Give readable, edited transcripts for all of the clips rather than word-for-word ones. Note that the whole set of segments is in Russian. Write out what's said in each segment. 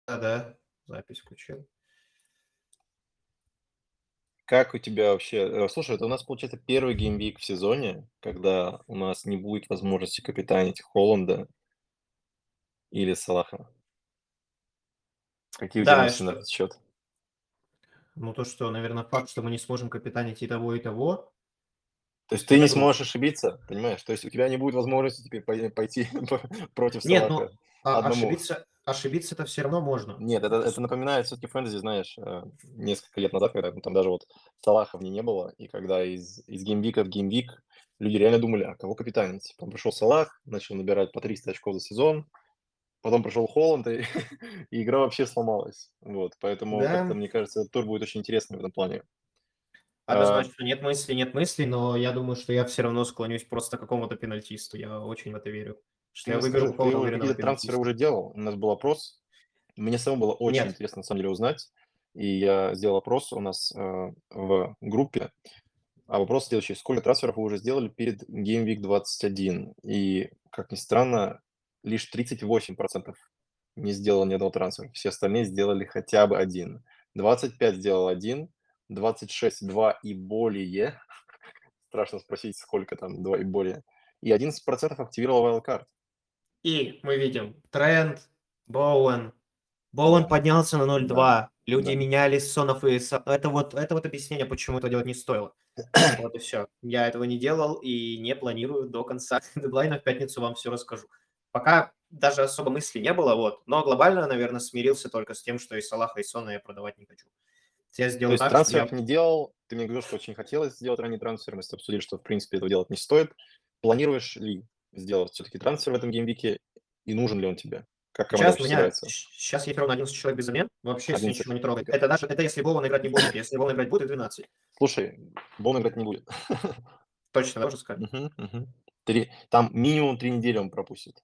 Да-да, запись включил. Как у тебя вообще слушай, это у нас, получается, первый геймвик в сезоне, когда у нас не будет возможности капитанить Холланда или Салаха. Какие у тебя Да, и мысли на что? этот счет? Ну, то, что, наверное, факт, что мы не сможем капитанить и того, и того, То есть ты это не сможешь грустно. ошибиться, понимаешь? То есть у тебя не будет возможности теперь пойти против Нет, Салаха ну, одному. ошибиться-то все равно можно. Нет, это Это это с напоминает все таки фэнтези, знаешь, несколько лет назад, когда, там даже вот Салаха в ней не было, и когда из геймвика в геймвик люди реально думали: "А кого капитанить?" Потом пришел Салах, начал набирать по 300 очков за сезон, потом пришел Холланд, и и игра вообще сломалась. Вот, поэтому как-то, Да, мне кажется, этот тур будет очень интересный в этом плане. А, однозначно нет мыслей, но я думаю, что я все равно склонюсь просто к какому-то пенальтисту. Я очень в это верю, ты что я мне выберу скажи, ты какого-то уже уверенного какие-то трансферы пенальтиста. уже делал? У нас был опрос. Мне самому было очень Нет. интересно, на самом деле, узнать. И я сделал опрос у нас, в группе. А вопрос следующий: сколько трансферов вы уже сделали перед Game Week 21? И, как ни странно, лишь 38% не сделало ни одного трансфера. Все остальные сделали хотя бы один. 25 сделал один, 26 2 и более. Страшно спросить, сколько там 2 и более. И 11% активировал wildcard. И мы видим тренд, Боуэн. Боуэн Да, поднялся на да, 0,2. Люди да. меняли Сонов и это вот объяснение, почему это делать не стоило. Вот и все. Я этого не делал и не планирую до конца дедлайна. В пятницу вам все расскажу. Пока даже особо мыслей не было, вот. Но глобально, наверное, смирился только с тем, что и Салаха, и Сона я продавать не хочу. Я То сделаю есть так, чтобы трансферов я. не делал. Ты мне говорил, что очень хотелось сделать ранний трансфер. Мы с тобой обсудили, что, в принципе, этого делать не стоит. Планируешь ли сделать все-таки трансфер в этом геймвике? И нужен ли он тебе? Как команда Сейчас у вообще меня собирается? сейчас есть ровно 11 человек без замен. Вообще все ничего 11. не трогает. Это если Боуэн играть не будет. Если Боуэн играть будет, 12. Слушай, Бон играть не будет. Точно, да, уже сказали? Мгм, мгм. Там минимум 3 недели он пропустит.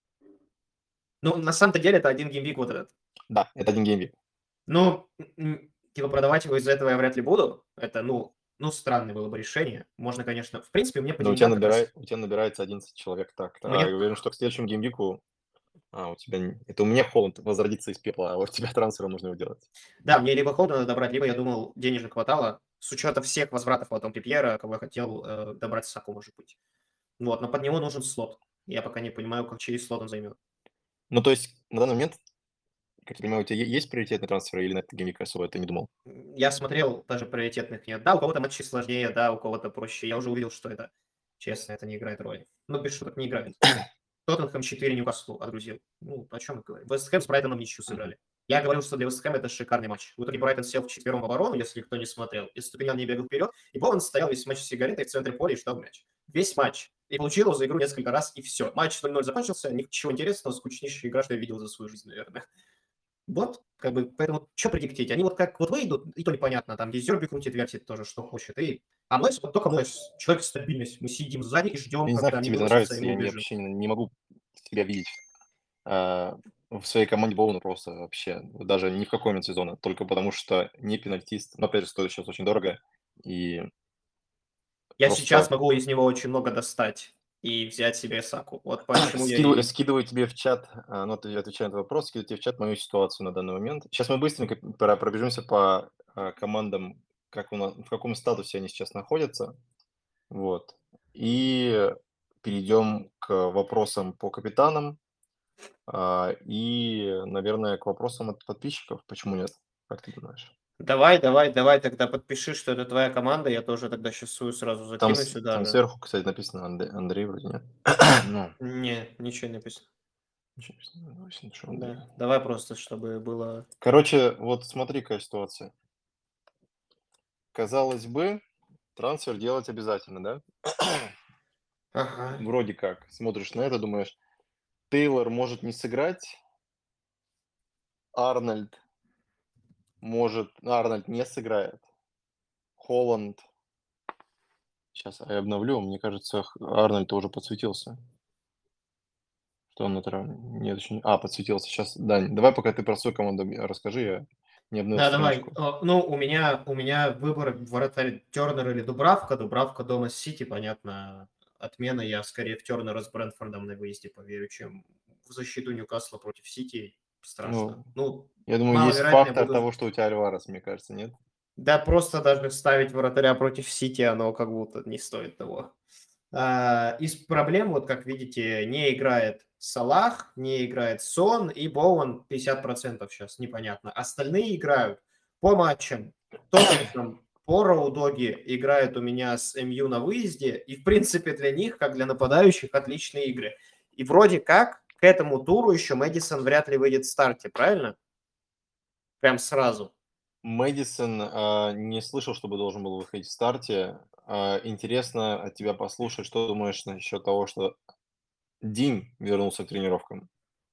Ну, на самом-то деле это один геймвик вот этот. Да, это один геймвик. Ну, типа продавать его из-за этого я вряд ли буду. Это, ну, странное было бы решение. Можно, конечно, в принципе, мне по Но у тебя деньгам как раз у тебя набирается 11 человек так. А, мне я уверен, что к следующему геймвику у тебя это у меня Холланд возродится из пепла, а вот у тебя трансфером нужно его делать. да, мне либо Холдена надо добрать, либо, я думал, денежек хватало. С учетом всех возвратов потом Трипьера, кого я хотел, добрать Саку, может быть. Вот, но под него нужен слот. Я пока не понимаю, как чей слот он займет. Ну, то есть на данный момент, как я понимаю, у тебя есть приоритетные трансферы или на этот геймвик особо ты не думал? Я смотрел, даже приоритетных нет. Да, у кого-то матчи сложнее, да, у кого-то проще. Я уже увидел, что это, честно, это не играет роли. Ну, без шуток, не играет. Тоттенхэм 4 Ньюкаслу отгрузил. Ну, о чем мы говорим? Вест Хэм с Брайтоном ничью Мгм. сыграли. Я говорил, что для Вест Хэма это шикарный матч. В итоге Брайтон сел вчетвером в оборону, если кто не смотрел, и Ступинян не бегал вперед, и Боуэн стоял весь матч с сигаретой в центре поля и ждал мяч. Весь матч. И получил его за игру несколько раз, и все. Матч 0-0 закончился, ничего интересного, скучнейшая игра, что я видел за свою жизнь, наверное. Вот, как бы, поэтому что предиктить? Они вот как вот выйдут, и то непонятно, там Дезерби крутит, вертит тоже, что хочет. А Мойс, вот только Мойс, человек стабильность. Мы сидим сзади и ждем, Я не знаю, когда как они тебе это выбросятся, и нравится, мы я убежим. вообще не могу себя видеть, в своей команде Боуна просто вообще, даже ни в какой момент сезона, только потому что не пенальтист. Но опять же, стоит сейчас очень дорого, и Я сейчас просто могу из него очень много достать и взять себе Саку. Вот почему я скидываю и. скидываю тебе в чат, ну, ты отвечая на этот вопрос, скидываю тебе в чат мою ситуацию на данный момент. Сейчас мы быстренько пробежимся по, командам, как у нас в каком статусе они сейчас находятся. Вот. И перейдем к вопросам по капитанам, и, наверное, к вопросам от подписчиков. Почему нет? Как ты думаешь? Давай тогда подпиши, что это твоя команда. Я тоже тогда сейчас свою сразу закину сюда Там же. сверху, кстати, написано Андрей вроде, нет? Ну, Не, ничего не написано. ничего не написано. Ну, если что, Андрей. Да, давай просто, чтобы было. Короче, вот смотри, какая ситуация. Казалось бы, трансфер делать обязательно, да? Ага. Вроде как. Смотришь на это, думаешь, Тейлор может не сыграть, Арнольд Арнольд не сыграет, Холланд. Сейчас я обновлю, мне кажется, Арнольд тоже подсветился. Что он это нет, еще не подсветился. Сейчас, Дань, давай пока ты про свою команду расскажи, я не обновил Да, давай. страничку. Ну, у меня выбор вратарь Тернер или Дубравка. Дубравка дома с Сити, понятно, отмена. Я скорее в Тернера с Брентфордом на выезде поверю, чем в защиту Ньюкасла против Сити. страшно. Ну, я думаю, есть маловероятно, я фактор буду... того, что у тебя Альварес, мне кажется, нет? Да просто даже ставить вратаря против Сити, оно как будто не стоит того. Из проблем, вот как видите, не играет Салах, не играет Сон и Боуэн 50% сейчас, непонятно. Остальные играют по матчам. Тоттенхэм по Роудоге играет у меня с МЮ на выезде, и в принципе для них, как для нападающих, отличные игры. И вроде как к этому туру еще Мэдисон вряд ли выйдет в старте, правильно? Прям сразу. Мэдисон не слышал, чтобы должен был выходить в старте. Интересно от тебя послушать, что думаешь насчет того, что Дин вернулся к тренировкам.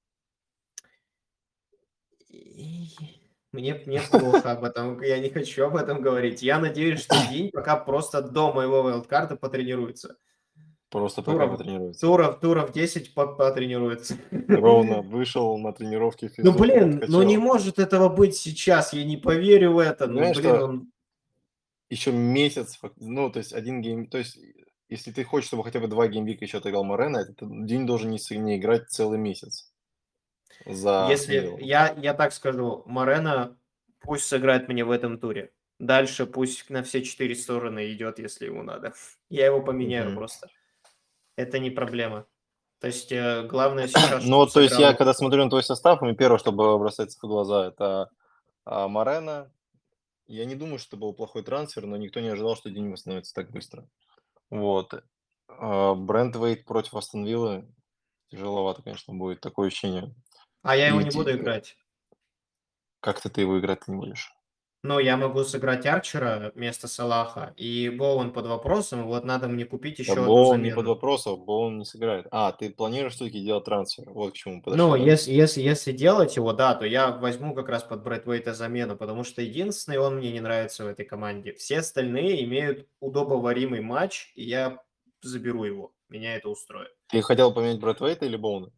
И мне плохо об этом, я не хочу об этом говорить. Я надеюсь, что Динь пока просто до моего вайлдкарта потренируется. Просто пока Туров потренируется. туров 10 потренируется. Ровно вышел на тренировке в Ну, физуху, блин, ну не подкачал. может этого быть сейчас, я не поверю в это. Ну, Знаешь, блин, что он... еще месяц, ну, то есть один гейм, то есть если ты хочешь, чтобы хотя бы 2 геймвика еще отыграл Морено, этот Дин должен не играть целый месяц за Астон Если Виллу. я так скажу, Морено пусть сыграет мне в этом туре. Дальше пусть на все 4 стороны идет, если ему надо. Я его поменяю Мгм. просто. Это не проблема. То есть главное сейчас, Ну, чтобы вот, то есть я, сыграл... когда смотрю на твой состав, мне первое, что бросается в глаза, это Морено. Я не думаю, что это был плохой трансфер, но никто не ожидал, что Дин восстановится так быстро. Вот. Брент Вейт против Астон Виллы. Тяжеловато, конечно, будет такое ощущение. А я его И не буду играть. как-то ты его играть не будешь. Но я могу сыграть Арчера вместо Салаха, и Боуэн под вопросом, вот надо мне купить Да еще одну Боун не под замену. вопросом, Боун не сыграет. Ты планируешь все-таки делать трансфер? Вот к чему мы Ну, подошли, да? если делать его, да, то я возьму как раз под Брэдвейта замену, потому что единственный он мне не нравится в этой команде. Все остальные имеют удобоваримый матч, и я заберу его. Меня это устроит. Ты хотел поменять Брэдвейта или Боуна?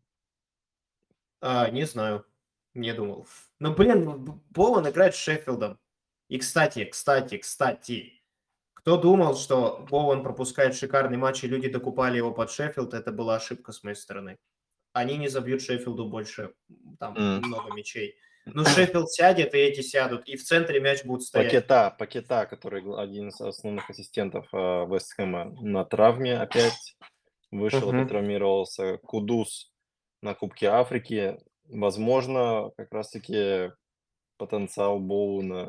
Не знаю, не думал. Ну, блин, Боуэн играет с Шеффилдом. И, кстати, кто думал, что Боуэн пропускает шикарный матч, и люди докупали его под Шеффилд, это была ошибка с моей стороны. Они не забьют Шеффилду больше, там, М. много мячей. Но Шеффилд сядет, и эти сядут, и в центре мяч будет стоять. Пакета, который один из основных ассистентов Вест Хэма, на травме опять вышел, опять Мгм. травмировался. Кудус на Кубке Африки. Возможно, как раз-таки потенциал Боуна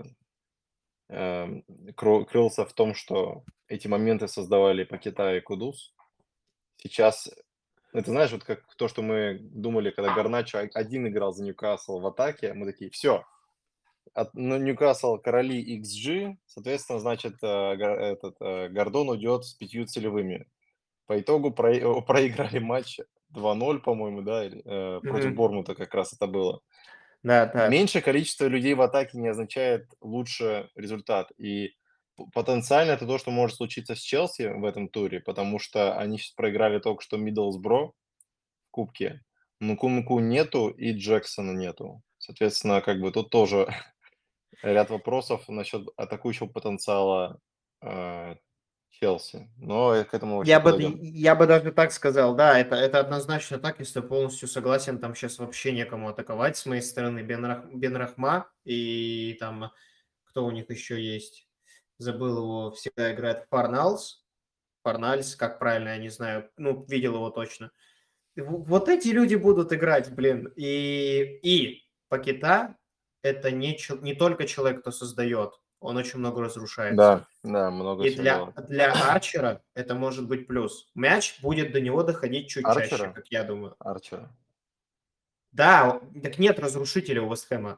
крылся в том, что эти моменты создавали Пакета и Кудус. Сейчас, это знаешь, вот как то, что мы думали, когда Гарначо один играл за Ньюкасл в атаке, мы такие, все, Ньюкасл короли XG, соответственно, значит, Гордон уйдет с 5 целевыми. По итогу проиграли матч 2-0, по-моему, да, против Мгм. Бормута как раз это было. Да, да. Меньшее количество людей в атаке не означает лучше результат. И потенциально это то, что может случиться с Челси в этом туре, потому что они сейчас проиграли только что Миддлсбро в кубке. Нкунку нету и Джексона нету. Соответственно, как бы тут тоже ряд вопросов насчет атакующего потенциала Челси. Но к этому еще подойдем. Я бы даже так сказал, да, это однозначно так, если полностью согласен, там сейчас вообще некому атаковать с моей стороны. Бенрахма и там, кто у них еще есть, забыл его, всегда играет в Фарнальс, как правильно, я не знаю, ну, видел его точно. Вот эти люди будут играть, блин. И Пакета — это не только человек, кто создает, он очень много разрушается. Да, да, много И всего делать. для Арчера это может быть плюс. Мяч будет до него доходить чуть чаще, Арчера? как я думаю. Арчера. Да, так нет разрушителя у Вест Хэма.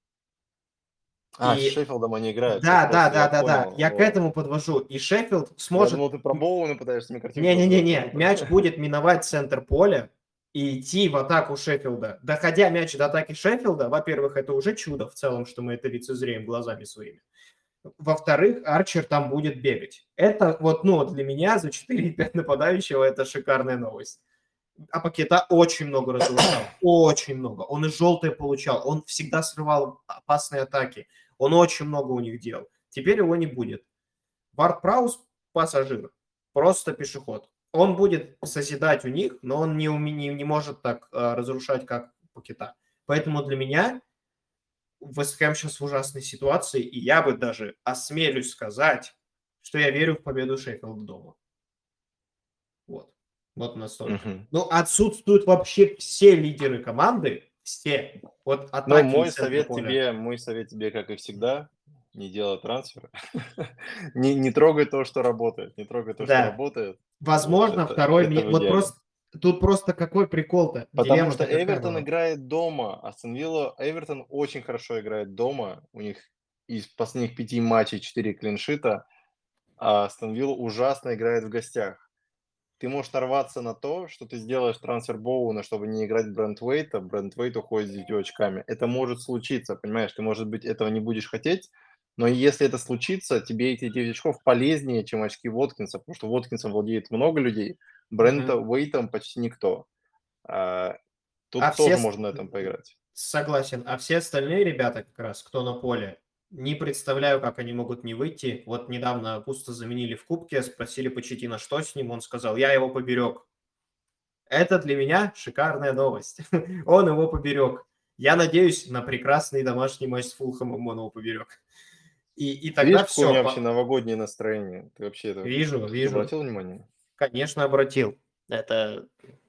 С И Шеффилдом они играют. Все, да, да, просто да, я да, да, понял. я к Вот. этому подвожу. И Шеффилд Я сможет... думал, ты про Боуэна пытаешься мне картинку разыграть. Не-не-не-не, мяч будет миновать центр поля и идти в атаку Шеффилда. Доходя мяч до атаки Шеффилда, во-первых, это уже чудо в целом, что мы это лицезреем глазами своими. Во-вторых, Арчер там будет бегать. Это вот, ну, для меня за 4,5 нападающего это шикарная новость. А Пакета очень много разрушал, очень много. Он и желтые получал, он всегда срывал опасные атаки. Он очень много у них делал. Теперь его не будет. Вард Праус — пассажир, просто пешеход. Он будет созидать у них, но он не может так разрушать, как Пакета. Поэтому для меня Вест Хэм сейчас в ужасной ситуации, и я бы даже осмелюсь сказать, что я верю в победу Шеффилда дома. Вот. Вот настолько. Мгм. Ну, отсутствуют вообще все лидеры команды, все. Вот Ну, атаки и центра поля. мой совет тебе, как и всегда, не делай трансферы. Не трогай то, что работает. Не трогай то, что Да. работает. Вот, Возможно, второй это в вот идеале. просто тут просто какой прикол-то? Потому что Дилемма-то какая Эвертон была? играет дома, Астон Вилла Эвертон очень хорошо играет дома. У них из последних 5 матчей 4 клиншита, а Астон Вилла ужасно играет в гостях. Ты можешь нарваться на то, что ты сделаешь трансфер Боуна, чтобы не играть Брентвейта, Брентвейт уходит с 9 очками. Это может случиться, понимаешь? Ты, может быть, этого не будешь хотеть, но если это случится, тебе эти 9 очков полезнее, чем очки Воткинса, потому что Воткинсом владеет много людей, Брента Мгм. Уэйтом почти никто. А, А Тут все тоже с можно на этом поиграть. согласен. А все остальные ребята как раз, кто на поле, не представляю, как они могут не выйти. Вот недавно Густа заменили в кубке, спросили Почеттино, что с ним, он сказал: "Я его поберег". Это для меня шикарная новость. Он его поберег. Я надеюсь на прекрасный домашний матч с Фулхэмом, он его поберег. И Ты видишь, тогда какое у все. меня вообще новогоднее настроение? Ты вообще это Вижу, вижу. обратил внимание? Конечно, обратил. Это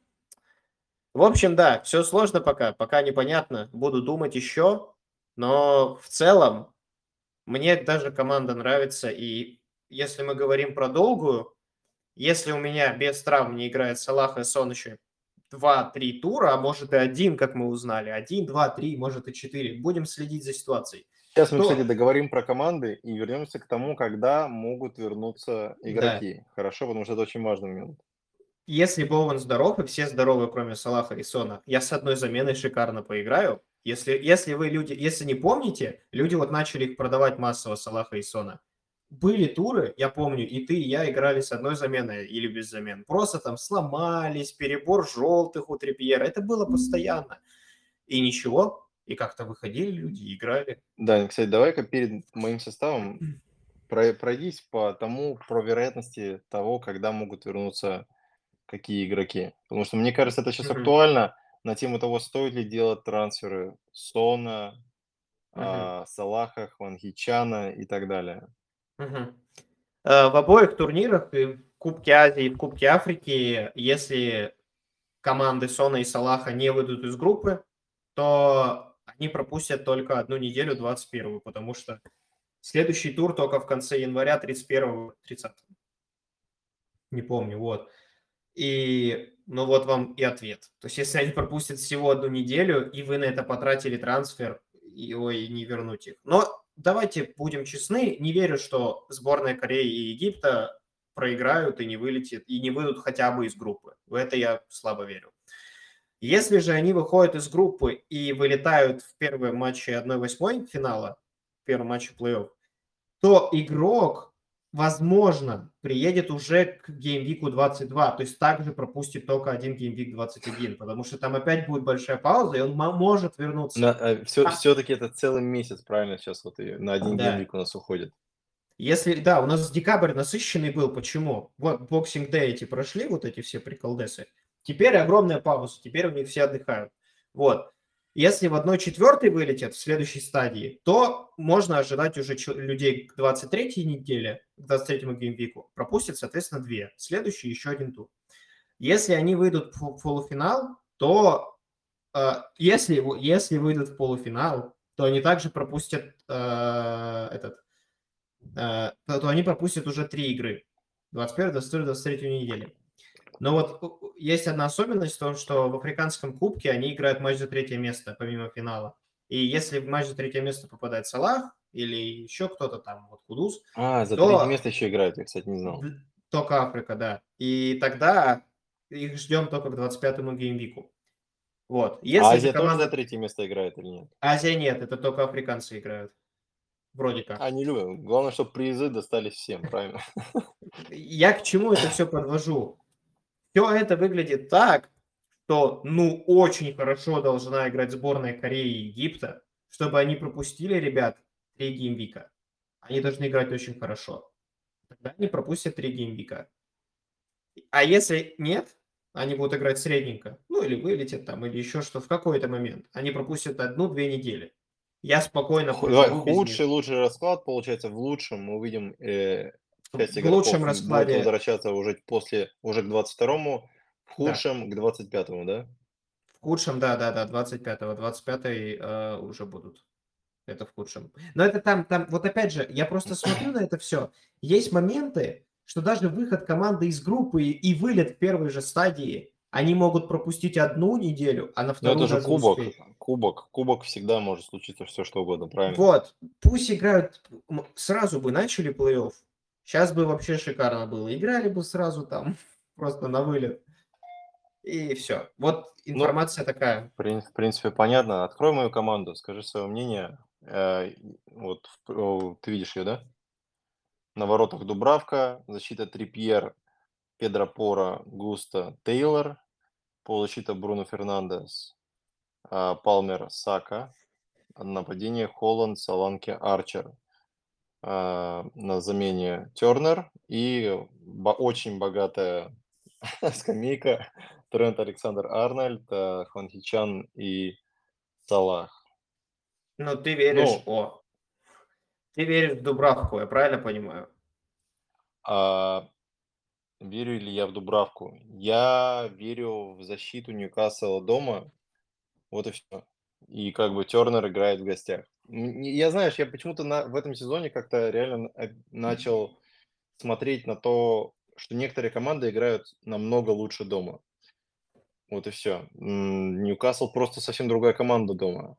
В общем, да, все сложно пока непонятно. Буду думать еще, но в целом мне даже команда нравится. И если мы говорим про долгую, если у меня без травм не играет Салах и Сон еще 2-3 тура, а может и один, как мы узнали, один, 2, 3, может и 4, будем следить за ситуацией, Сейчас мы, кстати, то договорим про команды и вернемся к тому, когда могут вернуться да, игроки. Хорошо, потому что это очень важный момент. если Боуэн здоров и все здоровы, кроме Салаха и Сона, я с одной заменой шикарно поиграю. Если вы люди, если не помните, люди вот начали их продавать массово, Салаха и Сона. Были туры, я помню, и ты, и я играли с одной заменой или без замен. Просто там сломались, перебор желтых у Трипьера. Это было постоянно. И ничего, и как-то выходили люди, и играли. Да, кстати, давай-ка перед моим составом пройдись про вероятности того, когда могут вернуться какие игроки. Потому что мне кажется, это сейчас Мгм, актуально на тему того, стоит ли делать трансферы Сона, мгм, Салаха, Хванхичана и так далее. мгм. В обоих турнирах, и в Кубке Азии, и в Кубке Африки, если команды Сона и Салаха не выйдут из группы, то они пропустят только одну неделю, 21-ю, потому что следующий тур только в конце января, 31-го, 30-го. Не помню, вот. Ну вот вам и ответ. То есть если они пропустят всего одну неделю, и вы на это потратили трансфер, и не вернуть их. Но давайте будем честны, не верю, что сборная Кореи и Египта проиграют и не вылетят, и не выйдут хотя бы из группы. В это я слабо верю. Если же они выходят из группы и вылетают в первые матчи 1/8 финала, в первом матче плей-офф, то игрок, возможно, приедет уже к геймвику 22, то есть также пропустит только один геймвик 21, потому что там опять будет большая пауза, и он может вернуться. А, Все-таки это целый месяц, правильно, сейчас вот и на один да. геймвик у нас уходит. Если, да, у нас декабрь насыщенный был. Почему? Вот Boxing Day эти прошли, вот эти все приколдесы. Теперь огромная пауза, теперь у них все отдыхают. Вот. Если в 1/4 вылетят в следующей стадии, то можно ожидать уже людей к 23-й неделе, к 23-му геймвику. Пропустят, соответственно, 2. Следующий еще один тур. Если они выйдут в полуфинал, то если выйдут в полуфинал, то они также пропустят то они пропустят уже 3 игры. 21, 22, 23 недели. Но вот есть одна особенность в том, что в африканском кубке они играют матч за третье место, помимо финала. И если в матч за третье место попадает Салах или еще кто-то там, вот Кудус, За третье то место еще играют, я, кстати, не знал. только Африка, да. И тогда их ждем только к 25-му геймвику. Вот. А Если же Азия тоже за команда... третье место играет или нет? Азия нет, это только африканцы играют. Вроде как. Не любят. Главное, чтобы призы достались всем, правильно? Я к чему это все подвожу? Все это выглядит так, что, ну, очень хорошо должна играть сборная Кореи и Египта, чтобы они пропустили ребят 3 геймвика. Они должны играть очень хорошо. Тогда они пропустят 3 геймвика. А если нет, Они будут играть средненько. Ну, или вылетят там, или еще что в какой-то момент. Они пропустят 1-2 недели. Я спокойно Давай, проживу без них. худший, лучший расклад, получается, в лучшем мы увидим часть В лучшем игроков будет раскладе, возвращаться уже к 22-му, в да. худшем к 25-му, да? В худшем, да-да-да, 25-го. 25-й, уже будут. Это в худшем. Но это там вот опять же, я просто смотрю на это все. Есть моменты, что даже выход команды из группы и вылет в первой же стадии, они могут пропустить 1 неделю, а на Но это вторую же даже кубок, успеть. кубок всегда может случиться все что угодно, правильно? Вот, пусть играют, сразу бы начали плей-офф. Сейчас бы вообще шикарно было. Играли бы сразу там просто на вылет, и все. Вот Ну, информация такая. в принципе, понятно. Открой мою команду, скажи свое мнение. Вот ты видишь ее, да? На воротах Дубравка, защита Трипьер, Педро Пора, Густа, Тейлор, полузащита Бруно Фернандес, Палмер, Сака, нападение Холланд, Саланки, Арчер. На замене Тернер и очень богатая скамейка Трент Александр-Арнольд, Хван Хичан и Салах. Ну, ты веришь, Ну, ты веришь в Дубравку, я правильно понимаю? а верю ли я в Дубравку? Я верю в защиту Ньюкасла дома. Вот и все. И как бы Тернер играет в гостях. Я, знаешь, я почему-то в этом сезоне как-то реально начал смотреть на то, что некоторые команды играют намного лучше дома. Вот и все. Ньюкасл просто совсем другая команда дома.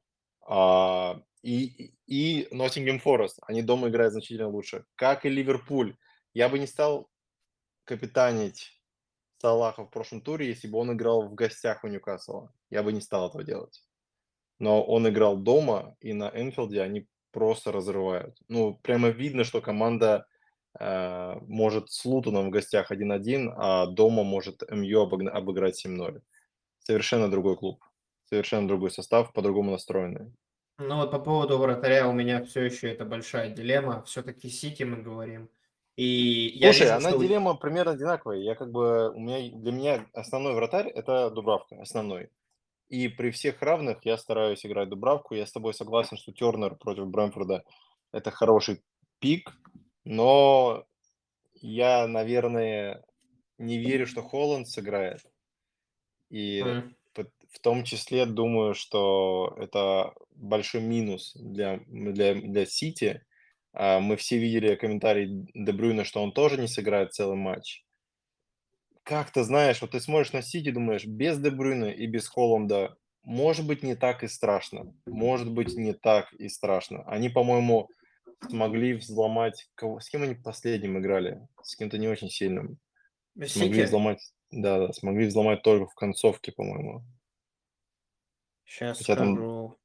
И Ноттингем Форест, они дома играют значительно лучше. Как и Ливерпуль. Я бы не стал капитанить Салаха в прошлом туре, если бы он играл в гостях у Ньюкасла. Я бы не стал этого делать. Но он играл дома, и на Энфилде они просто разрывают. Ну, прямо видно, что команда может с Лутоном в гостях 1-1, а дома может МЮ обыграть 7-0. Совершенно другой клуб, совершенно другой состав, по-другому настроенный. Ну вот по поводу вратаря у меня все еще это большая дилемма. Все-таки Сити мы говорим. И я Слушай, вижу, она что дилемма примерно одинаковая. Я как бы, для меня основной вратарь – это Дубравка, основной. И при всех равных я стараюсь играть Дубравку. Я с тобой согласен, что Тернер против Брэмфорда – это хороший пик, но я, наверное, не верю, что Холланд сыграет. И в том числе думаю, что это большой минус для Сити. Мы все видели комментарий Де Брюйна, что он тоже не сыграет целый матч. Как ты знаешь, вот ты смотришь на Сити, думаешь, без Де Брюйна и без Холланда может быть не так и страшно. Может быть не так и страшно. Они, по-моему, смогли взломать... С кем они последним играли? С кем-то не очень сильным. Смогли Сити. взломать... Да, смогли взломать только в концовке, по-моему. Сейчас Хотя там скажу.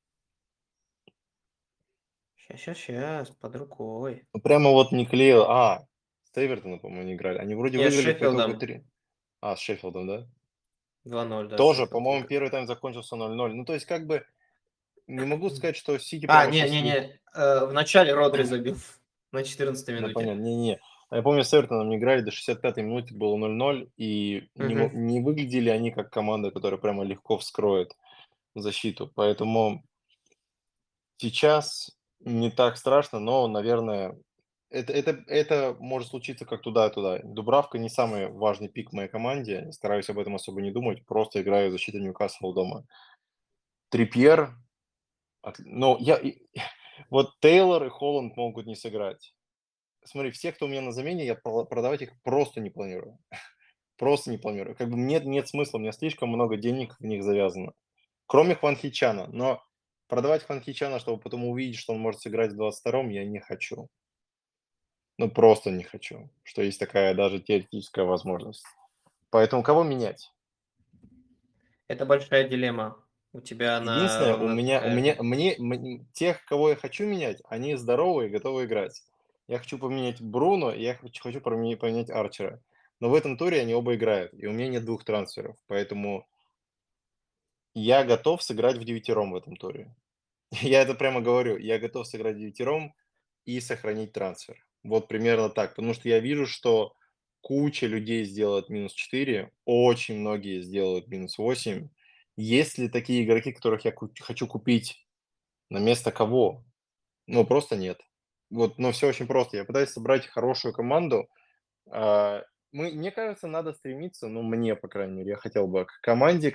Сейчас, под рукой. ну, прямо вот не клеил. С Эвертоном, по-моему, не играли. Они вроде Я с выиграли по итогу Шеффилдом 3. С Шеффилдом, да? 2-0, да, Тоже, Шеффилд по-моему, выиграл. первый тайм закончился 0-0. Ну, то есть, как бы, не могу сказать, что Сити прямо сейчас Не-не-не, в начале Родри забил на 14-й Ну, минуте. понятно, не-не. Я помню, с Эвертоном не играли, до 65-й минуты было 0-0, и Мгм. не выглядели они как команда, которая прямо легко вскроет защиту. Поэтому сейчас не так страшно, но, наверное, это может случиться как туда и туда. Дубравка не самый важный пик в моей команде. Стараюсь об этом особо не думать. Просто играю защиту Ньюкасла дома. Трипьер. Ну, вот Тейлор и Холланд могут не сыграть. Смотри, все, кто у меня на замене, я продавать их просто не планирую. Просто не планирую. Как бы нет смысла, у меня слишком много денег в них завязано. Кроме Хван Хичана. Но продавать Хван Хичана, чтобы потом увидеть, что он может сыграть в 22-м, я не хочу. Ну, просто не хочу, что есть такая даже теоретическая возможность. Поэтому кого менять? Это большая дилемма. У тебя она Единственное, ровно такая же. тех, кого я хочу менять, они здоровые и готовы играть. Я хочу поменять Бруно, и я хочу поменять Арчера. Но в этом туре они оба играют, и у меня нет двух трансферов. Поэтому я готов сыграть в девятером в этом туре. Я это прямо говорю. Я готов сыграть в девятером и сохранить трансфер. Вот примерно так. Потому что я вижу, что куча людей сделает -4, очень многие сделают -8. Есть ли такие игроки, которых я хочу купить на место кого? Ну, просто нет. Вот, ну, все очень просто. Я пытаюсь собрать хорошую команду. А, мне кажется, надо стремиться, ну, мне, по крайней мере, я хотел бы, к команде,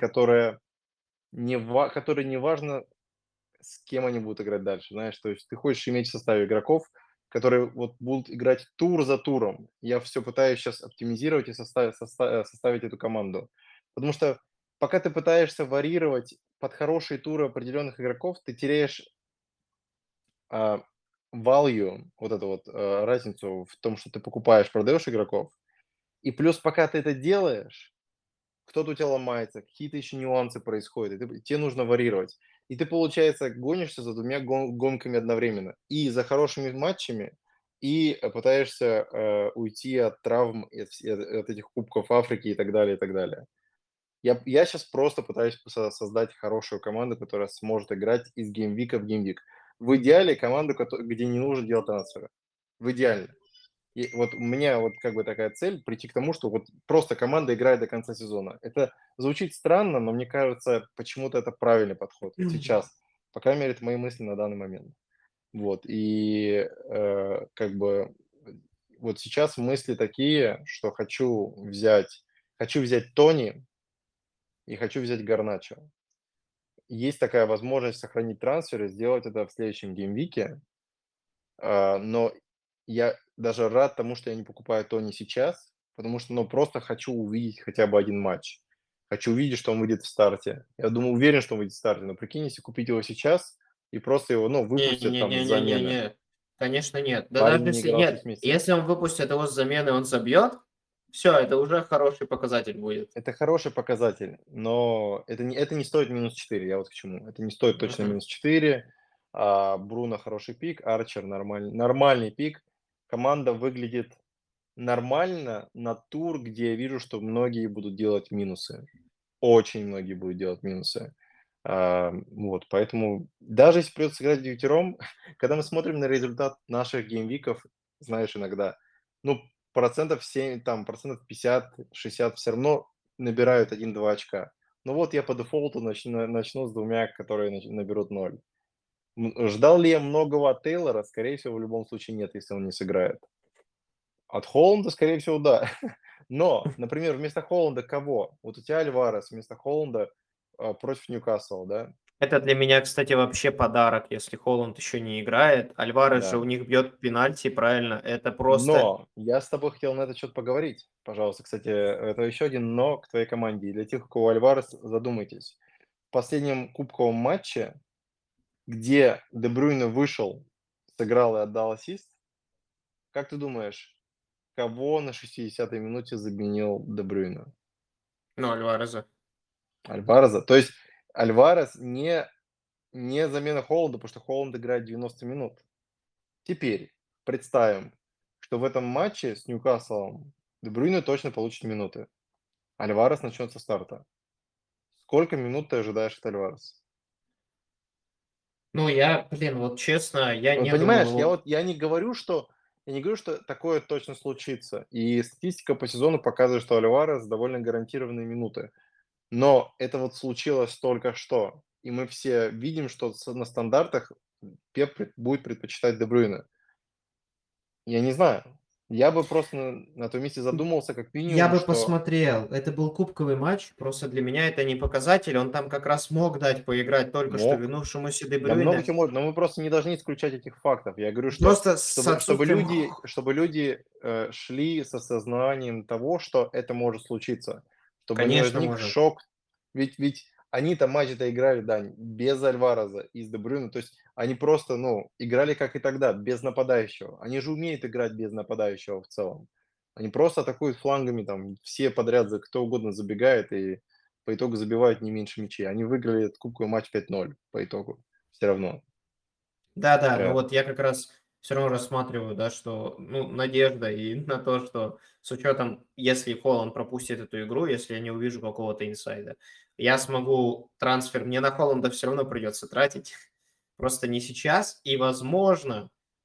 которой не важно, с кем они будут играть дальше, знаешь. То есть ты хочешь иметь в составе игроков, которые вот будут играть тур за туром. Я все пытаюсь сейчас оптимизировать и составить эту команду. Потому что пока ты пытаешься варьировать под хорошие туры определенных игроков, ты теряешь а, value, вот эту вот, разницу в том, что ты покупаешь, продаешь игроков. И плюс, пока ты это делаешь, кто-то у тебя ломается, какие-то еще нюансы происходят, и тебе нужно варьировать. И ты, получается, гонишься за двумя гонками одновременно. И за хорошими матчами, и пытаешься уйти от травм, и от этих кубков Африки и так далее, и так далее. Я сейчас просто пытаюсь создать хорошую команду, которая сможет играть из геймвика в геймвик. В идеале команду, где не нужно делать трансферы. В идеале. И вот у меня вот как бы такая цель прийти к тому, что вот просто команда играет до конца сезона. Это звучит странно, но мне кажется, почему-то это правильный подход. Вот сейчас. По крайней мере, это мои мысли на данный момент. Вот. И как бы вот сейчас мысли такие, что хочу взять Тони и хочу взять Гарначо. Есть такая возможность сохранить трансферы, сделать это в следующем геймвике. Но я даже рад тому, что я не покупаю Тони сейчас, потому что, ну, просто хочу увидеть хотя бы один матч. Хочу увидеть, что он выйдет в старте. Я думаю, уверен, что он выйдет в старте, но прикинь, если купить его сейчас и просто его, ну, выпустят там с замены. Не-не-не-не-не-не. Конечно, нет. Да Парень даже не если играл 6 нет, месяцев. если он выпустит его с замены, он забьет, все, это уже хороший показатель будет. Это хороший показатель, но это не стоит -4. Я вот к чему. Это не стоит точно Мгм. -4. Бруно хороший пик, Арчер нормальный пик. Команда выглядит нормально на тур, где я вижу, что многие будут делать минусы. Очень многие будут делать минусы. Вот, поэтому даже если придется играть девятером, когда мы смотрим на результат наших геймвиков, знаешь, иногда, ну, процентов 7, там, процентов 50-60 все равно набирают 1-2 очка. Ну вот я по дефолту начну с двумя, которые наберут 0. Ждал ли я многого от Тейлора? Скорее всего, в любом случае нет, если он не сыграет. От Холланда, скорее всего, да. Но, например, вместо Холланда кого? Вот у тебя Альварес вместо Холланда против Ньюкасла, да? Это для меня, кстати, вообще подарок, если Холланд еще не играет. Альварес же Да. у них бьет пенальти, правильно? Это просто Но я с тобой хотел на этот счет поговорить. Пожалуйста, кстати, это еще один но к твоей команде. И для тех, у кого Альварес, задумайтесь. В последнем кубковом матче, где Де Брюйне вышел, сыграл и отдал ассист, как ты думаешь, кого на 60-й минуте заменил Де Брюйне? ну, Альвареза. Альвареза. То есть Альварес не замена Холланда, потому что Холланд играет 90 минут. Теперь представим, что в этом матче с Ньюкаслом Де Брюйне точно получит минуты. Альварес начнет со старта. Сколько минут ты ожидаешь от Альвареса? Ну, я, блин, вот честно, я Вот не думал понимаешь, его. я не говорю, что такое точно случится. И статистика по сезону показывает, что Альварес довольно гарантированные минуты. Но это вот случилось только что. И мы все видим, что на стандартах Пеп будет предпочитать Де Брюйне. Я не знаю. Я бы просто на том месте задумался как Я минимум, бы что посмотрел. Это был кубковый матч. Просто для меня это не показатель. Он там как раз мог дать поиграть только что мог. вернувшемуся Де Да много Брюйне. чего может, но мы просто не должны исключать этих фактов. Я говорю, что Просто с чтобы отсутствием люди чтобы люди, шли с осознанием того, что это может случиться, чтобы не конечно, возник может. шок. Ведь они-то матч-то играли, да, без Альвареза и с Де Брюйне. То есть они просто, ну, играли как и тогда, без нападающего. Они же умеют играть без нападающего в целом. Они просто атакуют флангами, там все подряд, кто угодно забегает и по итогу забивают не меньше мячей. Они выиграли этот кубковый матч 5-0 по итогу все равно. Да-да, ну Э, вот я как раз все равно рассматриваю, да, что, ну, надежда и на то, что с учетом, если Холланд пропустит эту игру, если я не увижу какого-то инсайда, я смогу трансфер мне на Холланда все равно придется тратить, просто не сейчас. И, возможно,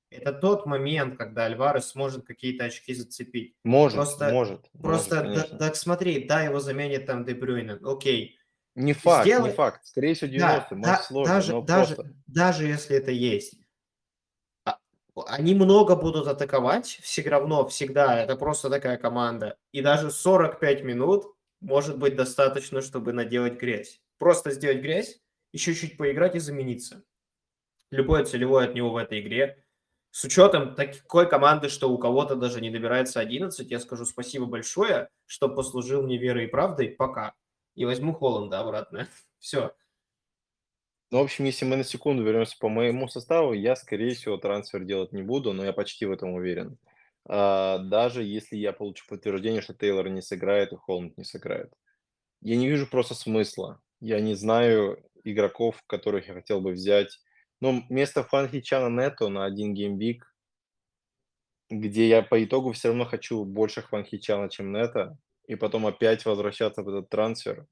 Это тот момент, когда Альварес сможет какие-то очки зацепить. Может, Просто, конечно. так смотри, да, его заменит там Де Брюйне, окей. Не факт, не Сделай, факт. Скорее всего, 90-й, да, матч сложный, но просто... даже если это есть, а, они много будут атаковать, все равно, всегда, это просто такая команда. И даже 45 минут может быть достаточно, чтобы наделать грязь. Просто сделать грязь, еще чуть поиграть и замениться. Любое целевое от него в этой игре. С учетом такой команды, что у кого-то даже не добирается 11, я скажу спасибо большое, что послужил мне верой и правдой. Пока. И возьму Холланда обратно. Все. Ну, в общем, если мы на секунду вернемся по моему составу, я, скорее всего, трансфер делать не буду, но я почти в этом уверен. Даже если я получу подтверждение, что Тейлор не сыграет и Холланд не сыграет. Я не вижу просто смысла. Я не знаю игроков, которых я хотел бы взять. Ну, вместо Фанхичана Нету на один геймвик, где я по итогу все равно хочу больше Хванхичана, чем Нета, и потом опять возвращаться в этот трансфер.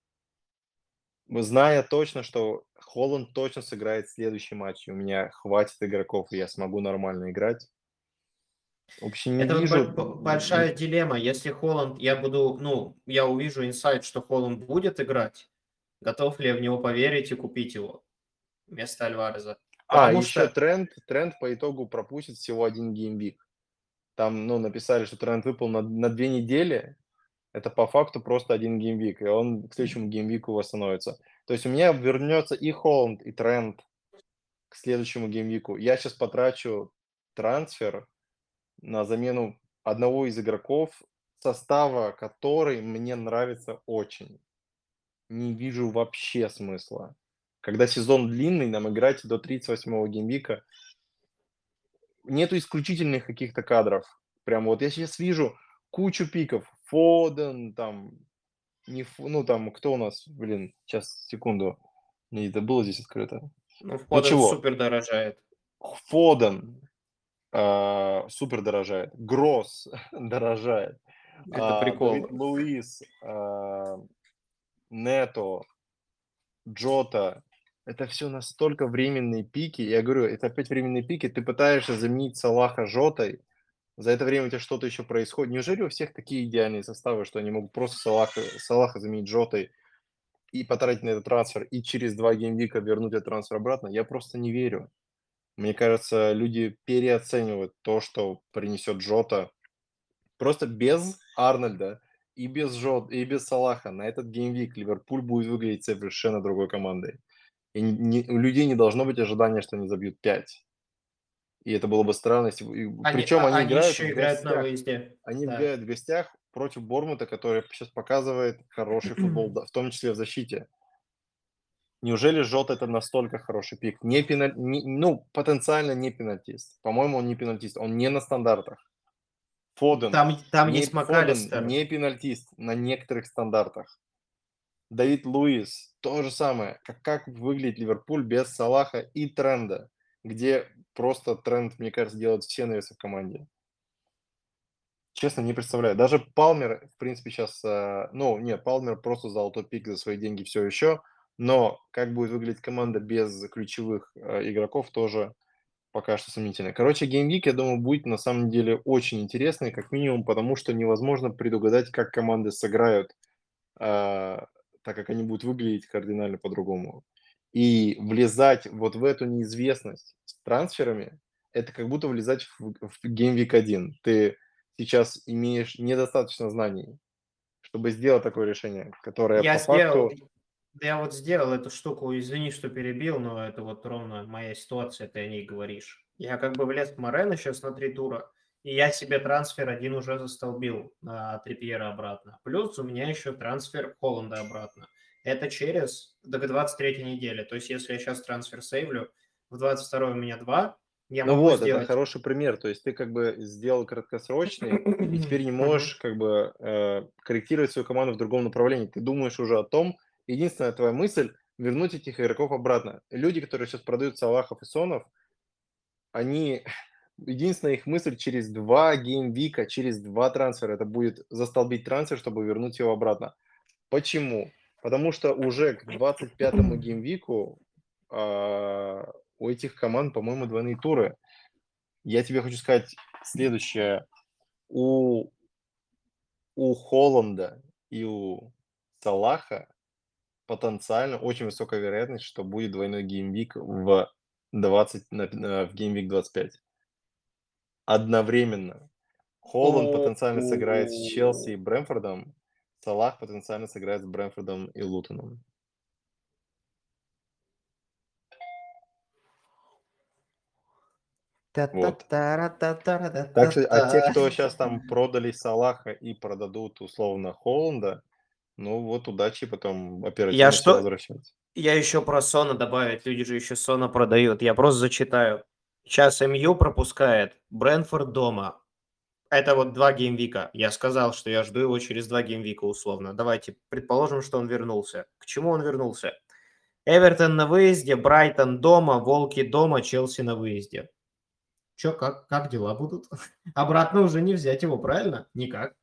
Зная точно, что Холланд точно сыграет следующий матч, и у меня хватит игроков, и я смогу нормально играть. Вообще не Это вот вижу... большая дилемма. Если Холланд, я буду, ну, я увижу инсайт, что Холланд будет играть, готов ли я в него поверить и купить его вместо Альвареза? Потому еще что тренд по итогу пропустит всего один геймвик. Там, ну, написали, что тренд выпал на 2 недели. Это по факту просто один геймвик, и он к следующему геймвику восстановится. То есть у меня вернется и Холланд, и тренд к следующему геймвику. Я сейчас потрачу трансфер на замену одного из игроков, состава который мне нравится очень. Не вижу вообще смысла. Когда сезон длинный, нам играть до 38-го геймвика. Нету исключительных каких-то кадров. Прям вот я сейчас вижу кучу пиков. Фоден, там, ну там, кто у нас, блин, сейчас, секунду. Не, это было здесь открыто. ну, Ну Фоден чего? супер дорожает. Фоден супер дорожает. Гросс дорожает. Это Давид прикол. Луис, Нето, Джота. Это все настолько временные пики. Я говорю, это опять временные пики. Ты пытаешься заменить Салаха Жотой. За это время у тебя что-то еще происходит. Неужели у всех такие идеальные составы, что они могут просто Салаха заменить Жотой и потратить на этот трансфер, и через 2 геймвика вернуть этот трансфер обратно? Я просто не верю. Мне кажется, люди переоценивают то, что принесет Джота. Просто без Арнольда и и без Салаха на этот геймвик Ливерпуль будет выглядеть совершенно другой командой. И у людей не должно быть ожидания, что они забьют 5. И это было бы странно, если... Причем они Они играют еще в играют на гостях. выезде. Они Да. играют в гостях против Бормута, который сейчас показывает хороший футбол, в том числе в защите. Неужели Жота это настолько хороший пик? Ну, потенциально не пенальтист. По-моему, он не пенальтист. Он не на стандартах. Там есть Фоден МакАлистер. не пенальтист на некоторых стандартах. Давид Луис то же самое. Как выглядит Ливерпуль без Салаха и Тренда, где просто Тренд, мне кажется, делает все навесы в команде. Честно, не представляю. Даже Палмер, в принципе, сейчас... Ну, нет, Палмер просто золотой пик за свои деньги все еще. Но как будет выглядеть команда без ключевых игроков, тоже пока что сомнительно. Короче, геймвик, я думаю, будет на самом деле очень интересный, как минимум, потому что невозможно предугадать, как команды сыграют, так как они будут выглядеть кардинально по-другому. И влезать вот в эту неизвестность с трансферами, это как будто влезать в Game Week 1. Ты сейчас имеешь недостаточно знаний, чтобы сделать такое решение, которое Я по сделал, факту... я вот сделал эту штуку, извини, что перебил, но это вот ровно моя ситуация, ты о ней говоришь. Я как бы влез в Морено сейчас на 3 тура, и я себе трансфер один уже застолбил на Трипьера обратно. Плюс у меня еще трансфер Холланда обратно. Это через до 23 недели. То есть если я сейчас трансфер сейвлю, в 22 у меня 2, я Ну могу вот, это сделать... хороший пример. То есть ты как бы сделал краткосрочный, и теперь не можешь как бы корректировать свою команду в другом направлении. Ты думаешь уже о том, единственная твоя мысль — вернуть этих игроков обратно. Люди, которые сейчас продают Салахов и Сонов, они, единственная их мысль через 2 геймвика, через 2 трансфера, это будет застолбить трансфер, чтобы вернуть его обратно. Почему? Потому что уже к 25-му геймвику у этих команд, по-моему, двойные туры. Я тебе хочу сказать следующее. У Холланда и у Салаха потенциально очень высокая вероятность, что будет двойной геймвик в геймвик 25. Одновременно. Холланд потенциально сыграет с Челси и Брэнфордом, Салах потенциально сыграет с Брэнфордом и Лутоном. Вот. Так что, а те, кто сейчас там продали Салаха и продадут условно Холланда, ну вот удачи потом Я оперативно все что? возвращать. Я еще про Сона добавить. Люди же еще Сона продают. Я просто зачитаю. Сейчас МЮ пропускает. Брэнфорд дома. Это вот 2 геймвика. Я сказал, что я жду его через 2 геймвика условно. Давайте предположим, что он вернулся. К чему он вернулся? Эвертон на выезде, Брайтон дома, Волки дома, Челси на выезде. Чё, как дела будут? Обратно уже не взять его, правильно? Никак.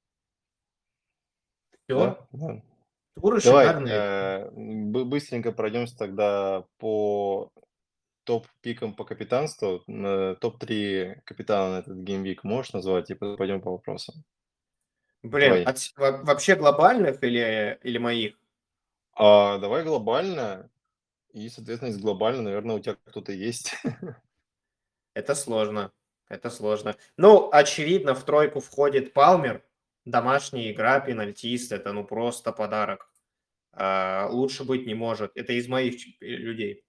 Да, Все. да. Туры Давай, шикарные. быстренько пройдемся тогда по топ-пикам по капитанству. Топ-3 капитана на этот геймвик можешь назвать? И пойдем по вопросам. Блин, Твои. вообще глобальных или моих? Давай глобально. И, соответственно, из глобально, наверное, у тебя кто-то есть. Это сложно. Это сложно. Ну, очевидно, в тройку входит Палмер. Домашняя игра, пенальтист. Это ну просто подарок. Лучше быть не может. Это из моих людей.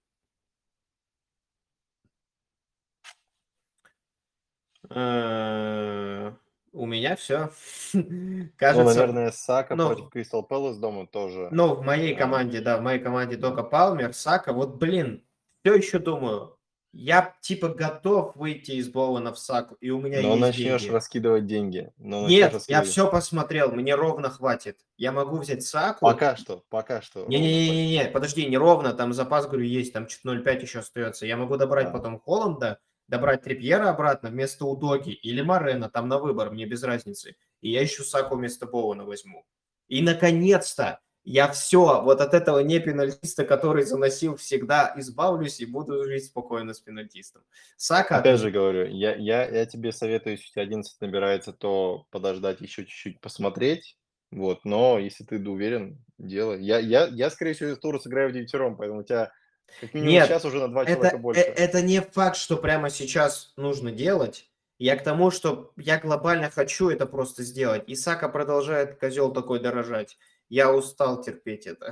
У меня все. Ну, Кажется, наверное, Сака против ну, Кристал Пэлас дома тоже. ну, в моей а, команде, да, в моей команде да. только Палмер, Сака. Вот, блин, все еще думаю. Я типа готов выйти из Боуэна в Саку, и у меня Но есть начнешь деньги. раскидывать деньги. Но начнешь Нет, я раскидывать. все посмотрел, мне ровно хватит. Я могу взять Саку. Пока что ровно хватит. Не-не-не-не, подожди, не ровно, там запас, говорю, есть, там чуть 0,5 еще остается. Я могу добрать А, потом Холланда, добрать Трипьера обратно вместо Удоги или Морена, там на выбор, мне без разницы. И я еще Саку вместо Боуэна возьму. И, наконец-то, я все, вот от этого не пенальтиста, который заносил всегда, избавлюсь и буду жить спокойно с пенальтистом. Сака Опять же однозначно. говорю, я тебе советую, если у тебя 11 набирается, то подождать еще чуть-чуть, посмотреть. Вот, но если ты уверен, делай. Я скорее всего, тур сыграю в девятером, поэтому у тебя как минимум Нет, сейчас уже на 2 человека это, больше. это не факт, что прямо сейчас нужно делать. Я к тому, что я глобально хочу это просто сделать. Исака продолжает, козел такой, дорожать. Я устал терпеть это.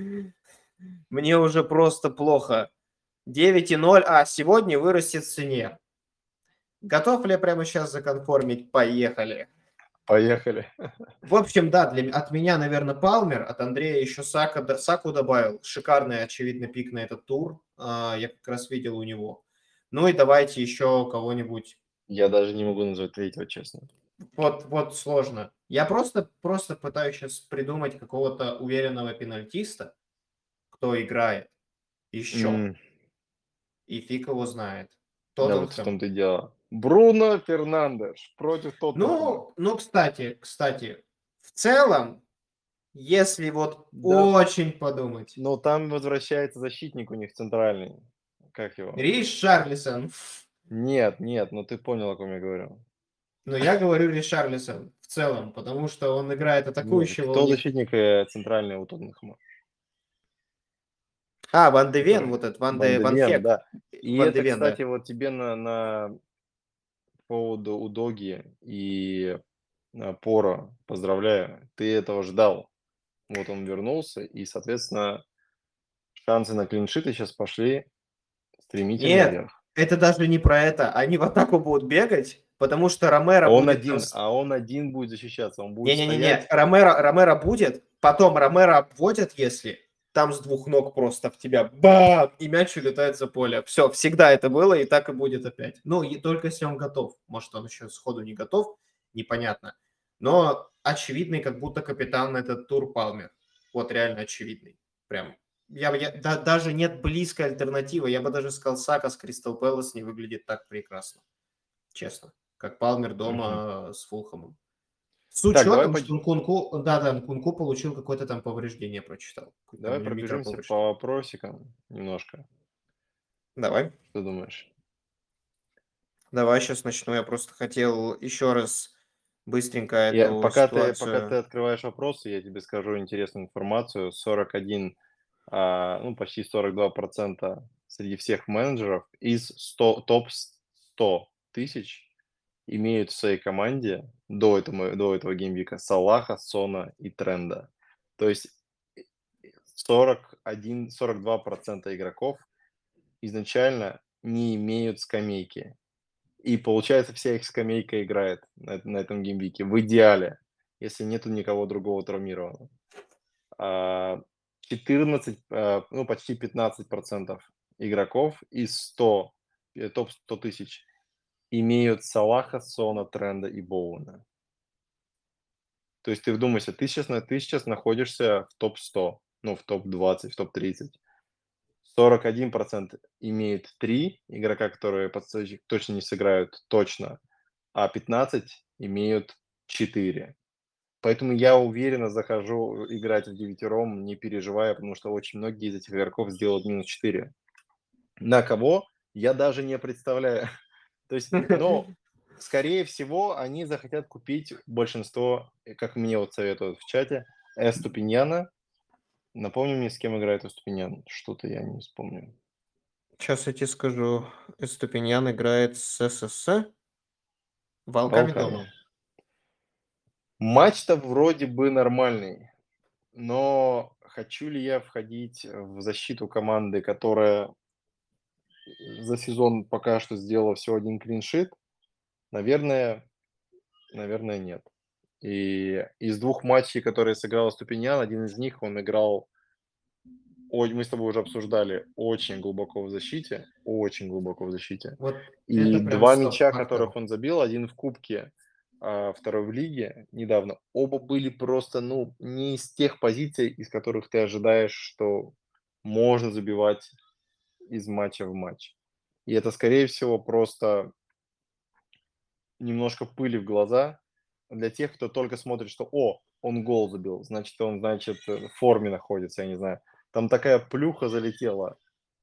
Мне уже просто плохо. 9,0, а сегодня вырастет в цене. Готов ли я прямо сейчас законформить? Поехали. Поехали. В общем, да, от меня, наверное, Палмер, от Андрея еще Саку добавил. Шикарный, очевидно, пик на этот тур. Я как раз видел у него. Ну и давайте еще кого-нибудь. Я даже не могу назвать третьего, честно. Вот сложно. Я просто пытаюсь сейчас придумать какого-то уверенного пенальтиста, кто играет еще. М, И фиг его знает. Да, вот в Тоттенхэм. том-то и дело. Бруно Фернандеш против Тоттенхэма. Ну, кстати, в целом, если вот Да, очень подумать, но там возвращается защитник у них центральный. Как его? Ришарлисон. Нет, ну ты понял, о ком я говорю. Но я говорю Ришарлисон в целом, потому что он играет Нет, атакующего у кто них. защитник центральный у Тоттенхэма? Ван де Вен, Который вот этот, Ван де Ван Вен, Хек. да. И Ван де это, Вен, да. кстати, вот тебе на поводу Удоги и Пора. Поздравляю, ты этого ждал. Вот он вернулся, и, соответственно, шансы на клиншиты сейчас пошли стремительно Нет, вверх. это даже не про это. Они в атаку будут бегать, потому что Ромеро будет там... Он один будет защищаться, он будет Не-не-не-не, стоять. Ромеро будет, потом Ромеро обводят, если там с двух ног просто в тебя бам, и мяч улетает за поле. Все, всегда это было, и так и будет опять. Ну, и только если он готов. Может, он еще сходу не готов, непонятно. Но очевидный, как будто капитан на этот тур Палмер. Вот реально очевидный. Прям. Даже нет близкой альтернативы. Я бы даже сказал, Сака с Кристал Пэлас не выглядит так прекрасно. Честно. Как Палмер Мгм. дома с Фулхэмом. С Так, учетом, что Нкунку, да-да, Нкунку получил какое-то там повреждение, прочитал. Там давай у него пробежимся микроповреждение. по вопросикам немножко. Давай. Что думаешь? Давай сейчас начну. Я просто хотел еще раз быстренько Я, эту пока ты ситуацию. открываешь вопросы, я тебе скажу интересную информацию. 41, ну, почти 42% среди всех менеджеров из топ 100 тысяч имеют в своей команде до этого геймвика Салаха, Сона и Тренда. То есть 42% игроков изначально не имеют скамейки. И получается, вся их скамейка играет на этом геймвике в идеале, если нету никого другого травмированного. А, 14, ну, почти 15% игроков из топ 100 тысяч имеют Салаха, Сона, Тренда и Боуэна. То есть ты вдумайся, ты сейчас находишься в топ 100, ну, в топ 20, в топ 30. 41% имеет 3 игрока, которые точно не сыграют точно, а 15 имеют 4. Поэтому я уверенно захожу играть в девятером, не переживая, потому что очень многие из этих игроков сделают -4. На кого? Я даже не представляю. То есть, но, скорее всего, они захотят купить большинство, как мне вот советуют в чате, Эступиньяна. Напомни мне, с кем играет Эступиньян. Что-то я не вспомню. Сейчас я тебе скажу. Эступиньян играет с ССС. Волками дома. Волками. Матч-то вроде бы нормальный, но хочу ли я входить в защиту команды, которая за сезон пока что сделала всего один клиншит? Наверное, наверное, нет. И из двух матчей, которые сыграл Ступиньян, один из них он играл, ой, мы с тобой уже обсуждали, очень глубоко в защите, очень глубоко в защите. Вот это И прям два 100 мяча, фактов. которых он забил, один в кубке, второй в лиге недавно, оба были просто, ну, не из тех позиций, из которых ты ожидаешь, что можно забивать из матча в матч. И это, скорее всего, просто немножко пыли в глаза для тех, кто только смотрит, что «О, он гол забил», значит, он, значит, в форме находится, я не знаю. Там такая плюха залетела,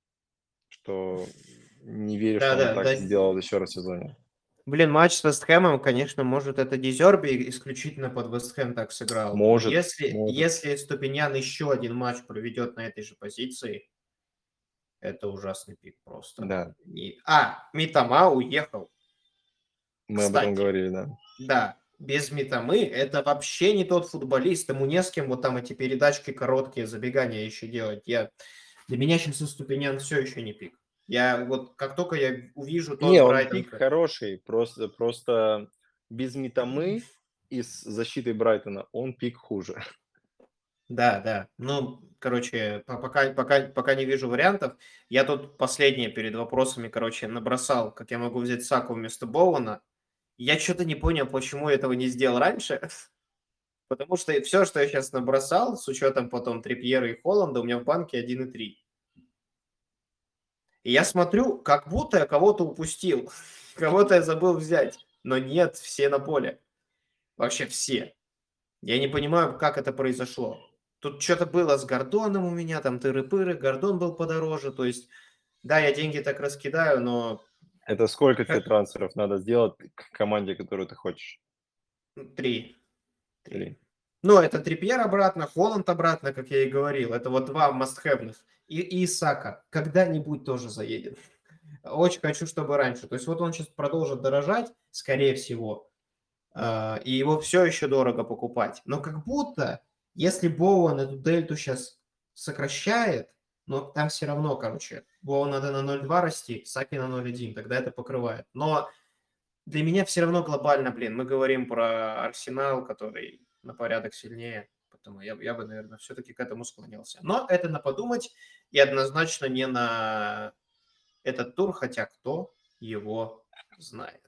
что не верю, что он Да-да, так да. сделал еще раз в сезоне. Блин, матч с Вест Хэмом, конечно, может, это Дезерби исключительно под Вест Хэм так сыграл. Но Может, если, может. если Ступиньян еще один матч проведет на этой же позиции, это ужасный пик просто. Да, Митама уехал. мы об этом Кстати, говорили, да. да, без Митамы это вообще не тот футболист. Ему не с кем вот там эти передачки короткие, забегания еще делать. Для меня сейчас Ступинян все еще не пик. Я вот как только я увижу Не, тот он Брайтон. пик хороший, просто без Митамы и с защитой Брайтона он пик хуже. Да, да. Ну, короче, пока не вижу вариантов. Я тут последнее перед вопросами, короче, набросал, как я могу взять Саку вместо Боуэна. Я что-то не понял, почему я этого не сделал раньше. Потому что все, что я сейчас набросал, с учетом потом Трипьера и Холланда, у меня в банке 1,3. И я смотрю, как будто я кого-то упустил, кого-то я забыл взять. Но нет, все на поле. Вообще все. Я не понимаю, как это произошло. Тут что-то было с Гордоном у меня, там тыры-пыры, Гордон был подороже. То есть, да, я деньги так раскидаю, но Это сколько тебе как трансферов надо сделать к команде, которую ты хочешь? 3. 3. 3. Ну, это Трипьер обратно, Холланд обратно, как я и говорил. Это вот два must-have. И Исака когда-нибудь тоже заедет. Очень хочу, чтобы раньше. То есть вот он сейчас продолжит дорожать, скорее всего, и его все еще дорого покупать. Но как будто, если Боуэн эту дельту сейчас сокращает, но там все равно, короче, Боуэн надо на 0,2 расти, Саки на 0,1, тогда это покрывает. Но для меня все равно глобально, блин, мы говорим про Арсенал, который на порядок сильнее, поэтому я бы, наверное, все-таки к этому склонился. Но это на подумать и однозначно не на этот тур, хотя кто его знает.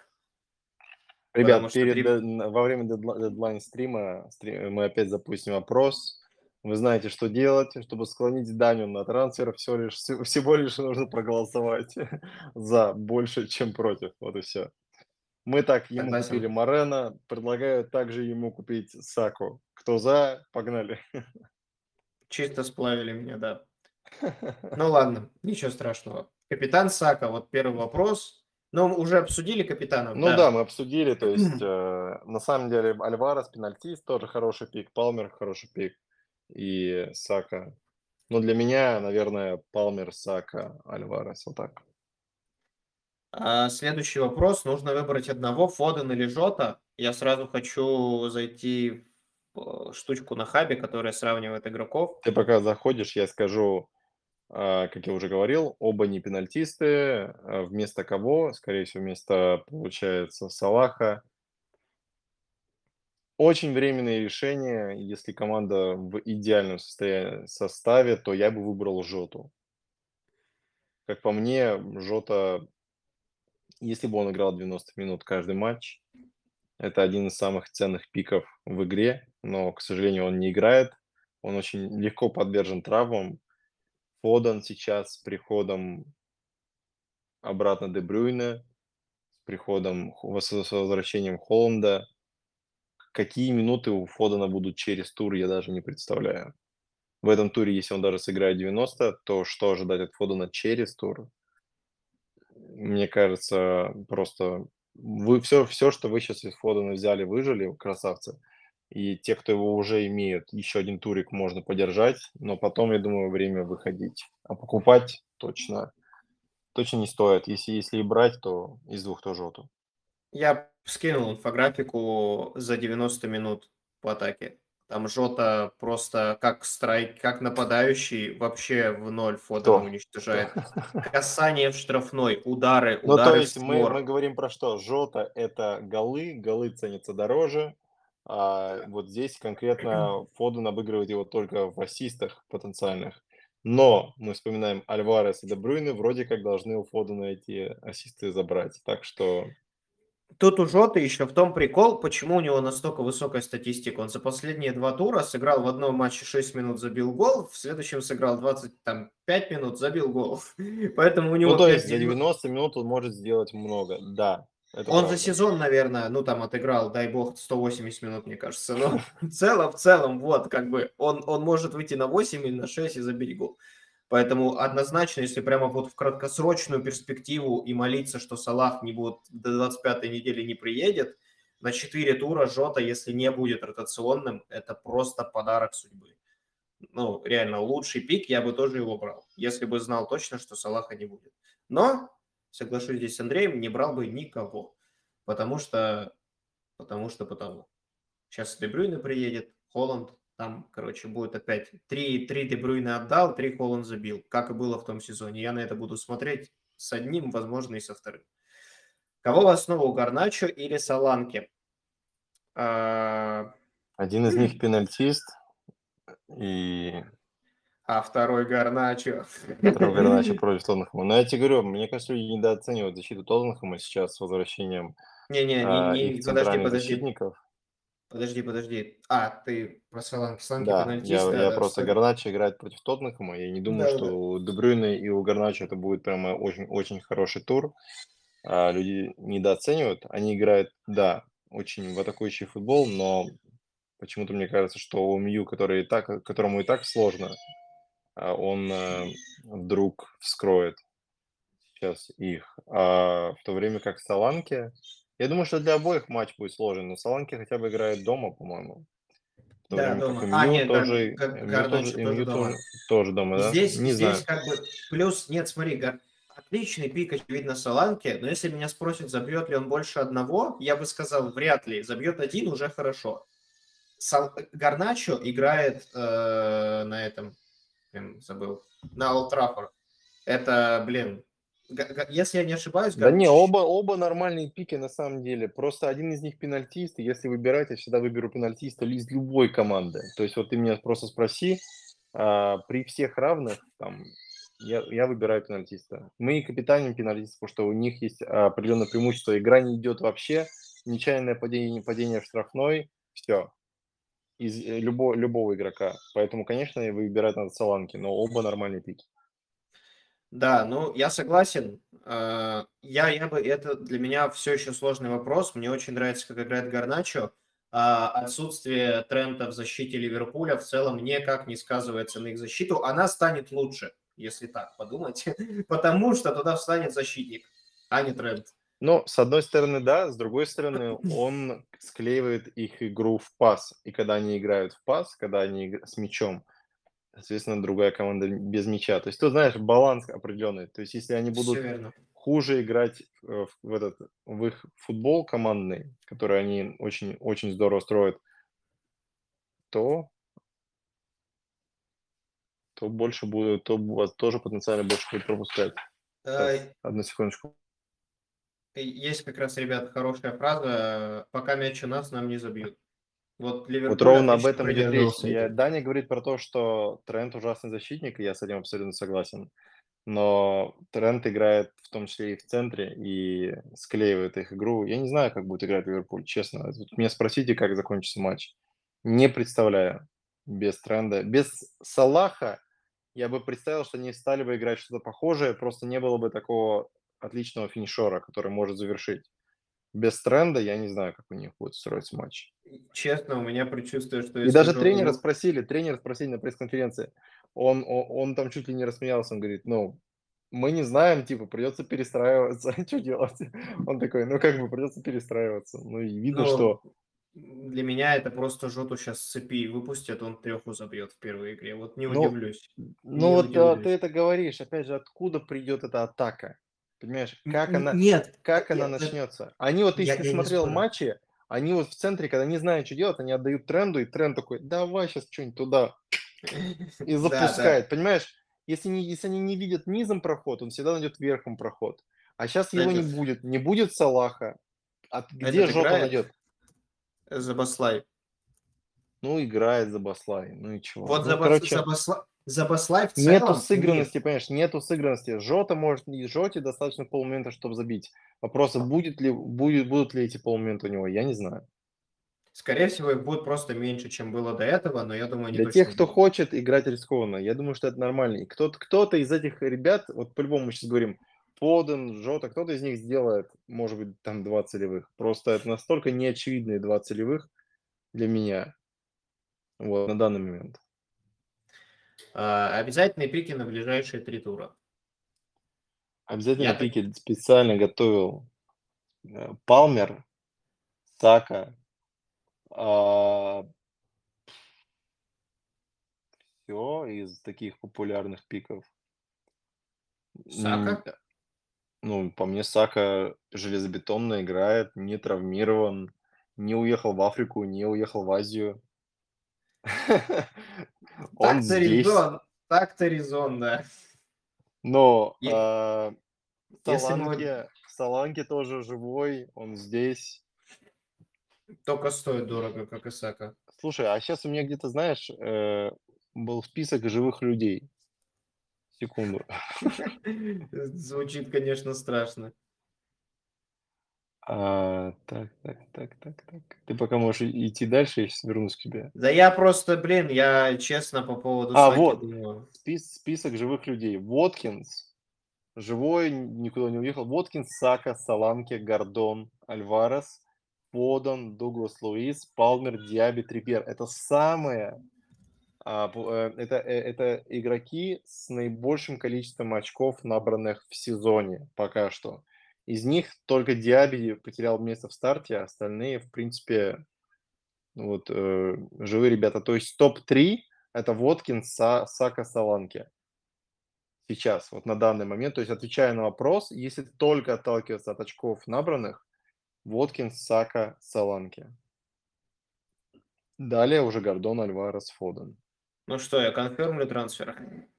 Потому Ребят, что во время дедлайн стрима мы опять запустим опрос. Вы знаете, что делать, чтобы склонить Даню на трансфер. Всего лишь нужно проголосовать за больше, чем против. Вот и все. Мы так ему согласен. купили Морена, предлагаю также ему купить Саку. Кто за, погнали. Чисто сплавили меня, да. Ну ладно, ничего страшного. Капитан Сака, вот первый вопрос. Но мы уже обсудили капитанов, Ну да, да. мы обсудили, то есть, на самом деле Альварес пенальтист, тоже хороший пик, Палмер хороший пик и Сака. Но для меня, наверное, Палмер, Сака, Альварес, вот так. Следующий вопрос. Нужно выбрать одного, Фоден или Жота. Я сразу хочу зайти в штучку на хабе, которая сравнивает игроков. Ты пока заходишь, я скажу, как я уже говорил, оба не пенальтисты. Вместо кого? Скорее всего, вместо, получается, Салаха. Очень временные решения. Если команда в идеальном составе, то я бы выбрал Жоту. Как по мне, Жота, если бы он играл 90 минут каждый матч, это один из самых ценных пиков в игре, но, к сожалению, он не играет. Он очень легко подвержен травмам. Фоден сейчас с приходом обратно Де Брюйне, с приходом, с возвращением Холланда. Какие минуты у Фодена будут через тур, я даже не представляю. В этом туре, если он даже сыграет 90, то что ожидать от Фодена через тур? Мне кажется, просто вы все, что вы сейчас из Фодена взяли, выжили, красавцы. И те, кто его уже имеют, еще один турик можно подержать, но потом, я думаю, время выходить. А покупать точно не стоит. Если и брать, то из двух тоже Жоту. Я скинул инфографику за 90 минут по атаке. Там Жота просто как страйк, как нападающий вообще в ноль Фодена Кто? Кто? уничтожает. Касание в штрафной, удары, Ну, то удары в есть мы створ. говорим про что? Жота — это голы ценятся дороже. А вот здесь конкретно Фоден обыгрывает его только в ассистах потенциальных. Но мы вспоминаем Альварес и Де Брюйне, вроде как должны у Фодена эти ассисты забрать. Так что, Тут у Жоты еще в том прикол, почему у него настолько высокая статистика. Он за последние 2 тура сыграл в одном матче 6 минут, забил гол, в следующем сыграл 25 минут, забил гол. Поэтому у ну, него то есть опять за 90 минут он может сделать много. Да, это Он за правда. сезон, наверное, ну, там отыграл, дай бог, 180 минут, мне кажется. Но в целом, вот, как бы, он может выйти на 8 или на 6 и забить гол. Поэтому однозначно, если прямо вот в краткосрочную перспективу и молиться, что Салах не будет до 25-й недели не приедет, на 4 тура Жота, если не будет ротационным, это просто подарок судьбы. Ну, реально, лучший пик, я бы тоже его брал, если бы знал точно, что Салаха не будет. Но, соглашусь здесь с Андреем, не брал бы никого, потому что, потому. Сейчас Де Брюйне приедет, Холланд, там, короче, будет опять три Де Брюйне отдал, 3 Холланд забил, как и было в том сезоне. Я на это буду смотреть с одним, возможно, и со вторым. Кого в основу, Гарначо или Саланки? А, Один из них пенальтист, и второй Гарначо. второй Гарначо против Тоттенхэма. Но я тебе говорю, мне кажется, люди недооценивают защиту Тоттенхэма сейчас с возвращением Не-не, их подожди, центральных подожди. защитников. Подожди. Ты про Саланки. Саланки Да, пенальтист, я да-да, просто Гарначо играет против Тоттенхэма. Я не думаю, что да-да-да. у Де Брюйне и у Гарначо это будет прямо очень хороший тур. Люди недооценивают. Они играют, да, очень в атакующий футбол, но почему-то мне кажется, что у МЮ, которому и так сложно, он вдруг вскроет сейчас их. В то время как Саланки, я думаю, что для обоих матч будет сложен, но Саланки хотя бы играет дома, по-моему. В то Да, время как дома. МЮ Нет, тоже, Гарначо тоже дома. тоже дома, И да? Не здесь знаю. как бы плюс, нет, смотри, отличный пик, очевидно, Саланки, но если меня спросят, забьет ли он больше одного, я бы сказал, вряд ли. Забьет один, уже хорошо. Гарначо играет на этом, забыл, на Олд Траффорд. Это, блин, если я не ошибаюсь, Да не, оба нормальные пики на самом деле. Просто один из них пенальтист, и если выбирать, я всегда выберу пенальтиста из любой команды. То есть вот ты меня просто спроси, при всех равных, там, я выбираю пенальтиста. Мы и капитаним пенальтист, потому что у них есть определенное преимущество. Игра не идет вообще, нечаянное падение в штрафной, все, из любого игрока. Поэтому, конечно, выбирать надо Саланки, но оба нормальные пики. Да, ну, я согласен. Я бы это для меня все еще сложный вопрос. Мне очень нравится, как играет Гарначо. Отсутствие Трента в защите Ливерпуля в целом никак не сказывается на их защиту. Она станет лучше, если так подумать, потому что туда встанет защитник. а не тренд. Но, с одной стороны, да, с другой стороны, он склеивает их игру в пас. И когда они играют в пас, когда они с мячом, соответственно, другая команда без мяча. То есть тут, знаешь, баланс определенный. То есть если они Все будут верно. хуже играть в их футбол командный, который они очень, очень здорово строят, то, то больше будет, то у вас тоже потенциально больше будет пропускать. Сейчас, Э, одну секундочку. Есть как раз, ребят, хорошая фраза: "Пока мяч у нас, нам не забьют". Вот Вот Ливерпуль ровно об отлично этом идет речь. придерживался этого. Даня говорит про то, что Трент ужасный защитник, и я с этим абсолютно согласен. Но Трент играет в том числе и в центре, и склеивает их игру. Я не знаю, как будет играть Ливерпуль, честно. Вот меня спросите, как закончится матч. Не представляю. Без Тренда. Без Салаха я бы представил, что они стали бы играть что-то похожее, просто не было бы такого отличного финишера, который может завершить. Без Тренда я не знаю, как у них будет строиться матч. Честно, у меня предчувствие, что И если даже Жота тренера спросили на пресс-конференции, он там чуть ли не рассмеялся, он говорит: "Ну, мы не знаем, типа, придется перестраиваться, что делать?" Он такой: "Ну, как бы придется перестраиваться". Ну, и видно, ну, что для меня это просто Жоту сейчас с цепи выпустят, он треху забьет в первой игре. Вот не ну удивлюсь. ну Не вот, ты удивлюсь. это говоришь, опять же, откуда придет эта атака? Понимаешь, как она Нет, как она начнется? Они вот, я если ты я не смотрел спорю. матчи, они вот в центре, когда не знают, что делать, они отдают Тренду, и Тренд такой: "Давай сейчас что нибудь туда". И Да, да, запускает, понимаешь? Если они не видят низом проход, он всегда найдет верхом проход. А сейчас его не этот будет. Не будет Салаха. Где этот Жота играет, найдет? Забаслай. Ну, играет Забаслай. Ну и чего? Вот Ну, короче, Забаслай в нету целом нет. сыгранности, понимаешь, нету сыгранности. Жота может, и Жоте достаточно полмомента, чтобы забить. Вопрос, будут ли эти полмомента у него, я не знаю. Скорее всего, их будет просто меньше, чем было до этого, но я думаю, они Для тех, точно кто будут. хочет играть рискованно, я думаю, что это нормально. И кто-то из этих ребят, вот по-любому мы сейчас говорим, Фоден, Жота, кто-то из них сделает, может быть, там 2 целевых. Просто это настолько неочевидные 2 целевых для меня, вот, на данный момент. Обязательные пики на ближайшие 3 тура. Обязательно Я так пики специально готовил Палмер, Сака, все из таких популярных пиков. Сака? Ну, по мне, Сака железобетонно играет, не травмирован, не уехал в Африку, не уехал в Азию. Он Так-то здесь. резон, так-то резон, да. Но Е Если мы в Соланке тоже живой, он здесь. только стоит дорого, как и Сака. Слушай, а сейчас у меня где-то, знаешь, был список живых людей. Секунду. Звучит, конечно, страшно. Так. Ты пока можешь идти дальше, я сейчас вернусь к тебе. Да я просто, блин, я честно по поводу Саки Вот, думаю. список живых людей. Воткинс, живой, никуда не уехал. Воткинс, Сака, Саланке, Гордон, Альварес, Фоден, Дуглас Луис, Палмер, Диаби, Трипьер. Это игроки с наибольшим количеством очков, набранных в сезоне пока что. Из них только Диаби потерял место в старте, а остальные, в принципе, вот, живые ребята. То есть топ-3 это Воткинс, Сака, Саланке. Сейчас, вот на данный момент, то есть отвечая на вопрос, если только отталкиваться от очков набранных, Воткинс, Сака, Саланки. Далее уже Гордон, Альварес, Фоден. Ну что, я конфирмлю трансфер?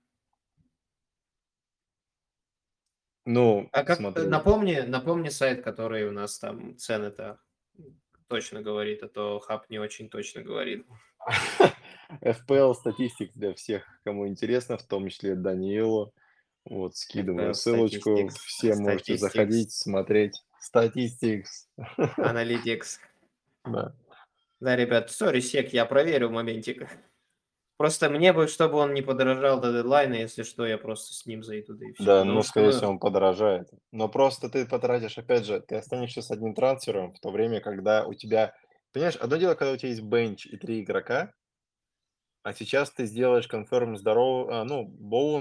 Ну, А как смотри, напомни сайт, который у нас там цены-то точно говорит, а то хаб не очень точно говорит. FPL Statistics для всех, кому интересно, в том числе Даниилу. Вот, скидываю FPL ссылочку, Statistics, все можете Statistics, заходить, смотреть. Statistics. Analytics. Да. Да, ребят, сори, сек, я проверю моментик. Просто мне бы, чтобы он не подорожал до дедлайна, если что, я просто с ним зайду, да и все. Да, Потому ну, что, скорее всего, ну, он подорожает. Но просто ты потратишь, опять же, ты останешься с одним трансфером, в то время, когда у тебя... Понимаешь, одно дело, когда у тебя есть бенч и 3 игрока, а сейчас ты сделаешь конферм здоров... ну, Боун.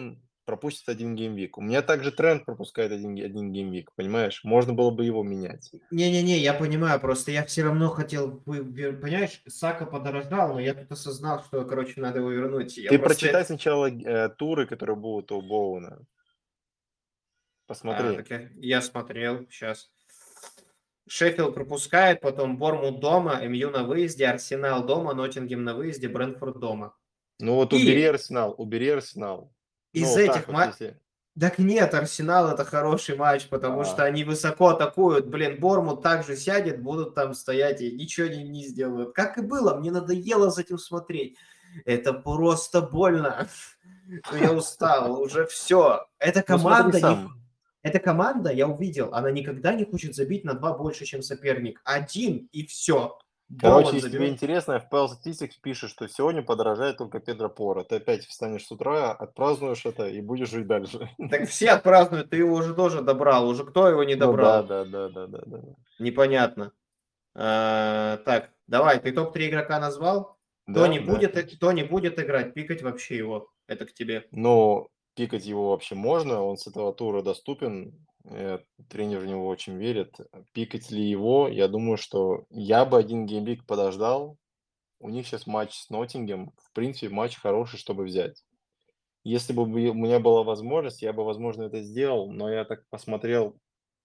пропустит один геймвик. У меня также Трент пропускает один геймвик, понимаешь? Можно было бы его менять. Не-не-не, я понимаю, просто я все равно хотел, понимаешь, Сака подорожал, но я тут осознал, что, короче, надо его вернуть. Я Ты просто прочитай сначала туры, которые будут у Боуна. Посмотри. так я смотрел, сейчас. Шеффилд пропускает, потом Бормут дома, МЮ на выезде, Арсенал дома, Ноттингем на выезде, Брентфорд дома. Ну вот убери И Арсенал, убери Арсенал. Ну из вот так этих вот, если... Так нет, Арсенал это хороший матч, потому что А, они высоко атакуют. Блин, Бормут также сядет, будут там стоять и ничего не сделают. Как и было, мне надоело за этим смотреть. Это просто больно. Ну, я устал, уже все. ну смотри сам. Эта команда, я увидел, она никогда не хочет забить на 2 больше, чем соперник. Один и все. Короче, Боуэн если тебе забивает. интересно, FPL Statistics пишет, что сегодня подорожает только Педро Поро. Ты опять встанешь с утра, отпразднуешь это и будешь жить дальше. Так все отпразднуют, ты его уже тоже добрал. Уже кто его не Ну да, добрал? да, да, да, да, да. Непонятно. Так, давай, ты топ-3 игрока назвал? Да, да. Кто не будет играть, пикать вообще его. Это к тебе. Но пикать его вообще можно, он с этого тура доступен, тренер в него очень верит. Пикать ли его, я думаю, что я бы один геймвик подождал. У них сейчас матч с Ноттингем, в принципе, матч хороший, чтобы взять. Если бы у меня была возможность, я бы, возможно, это сделал, но я так посмотрел.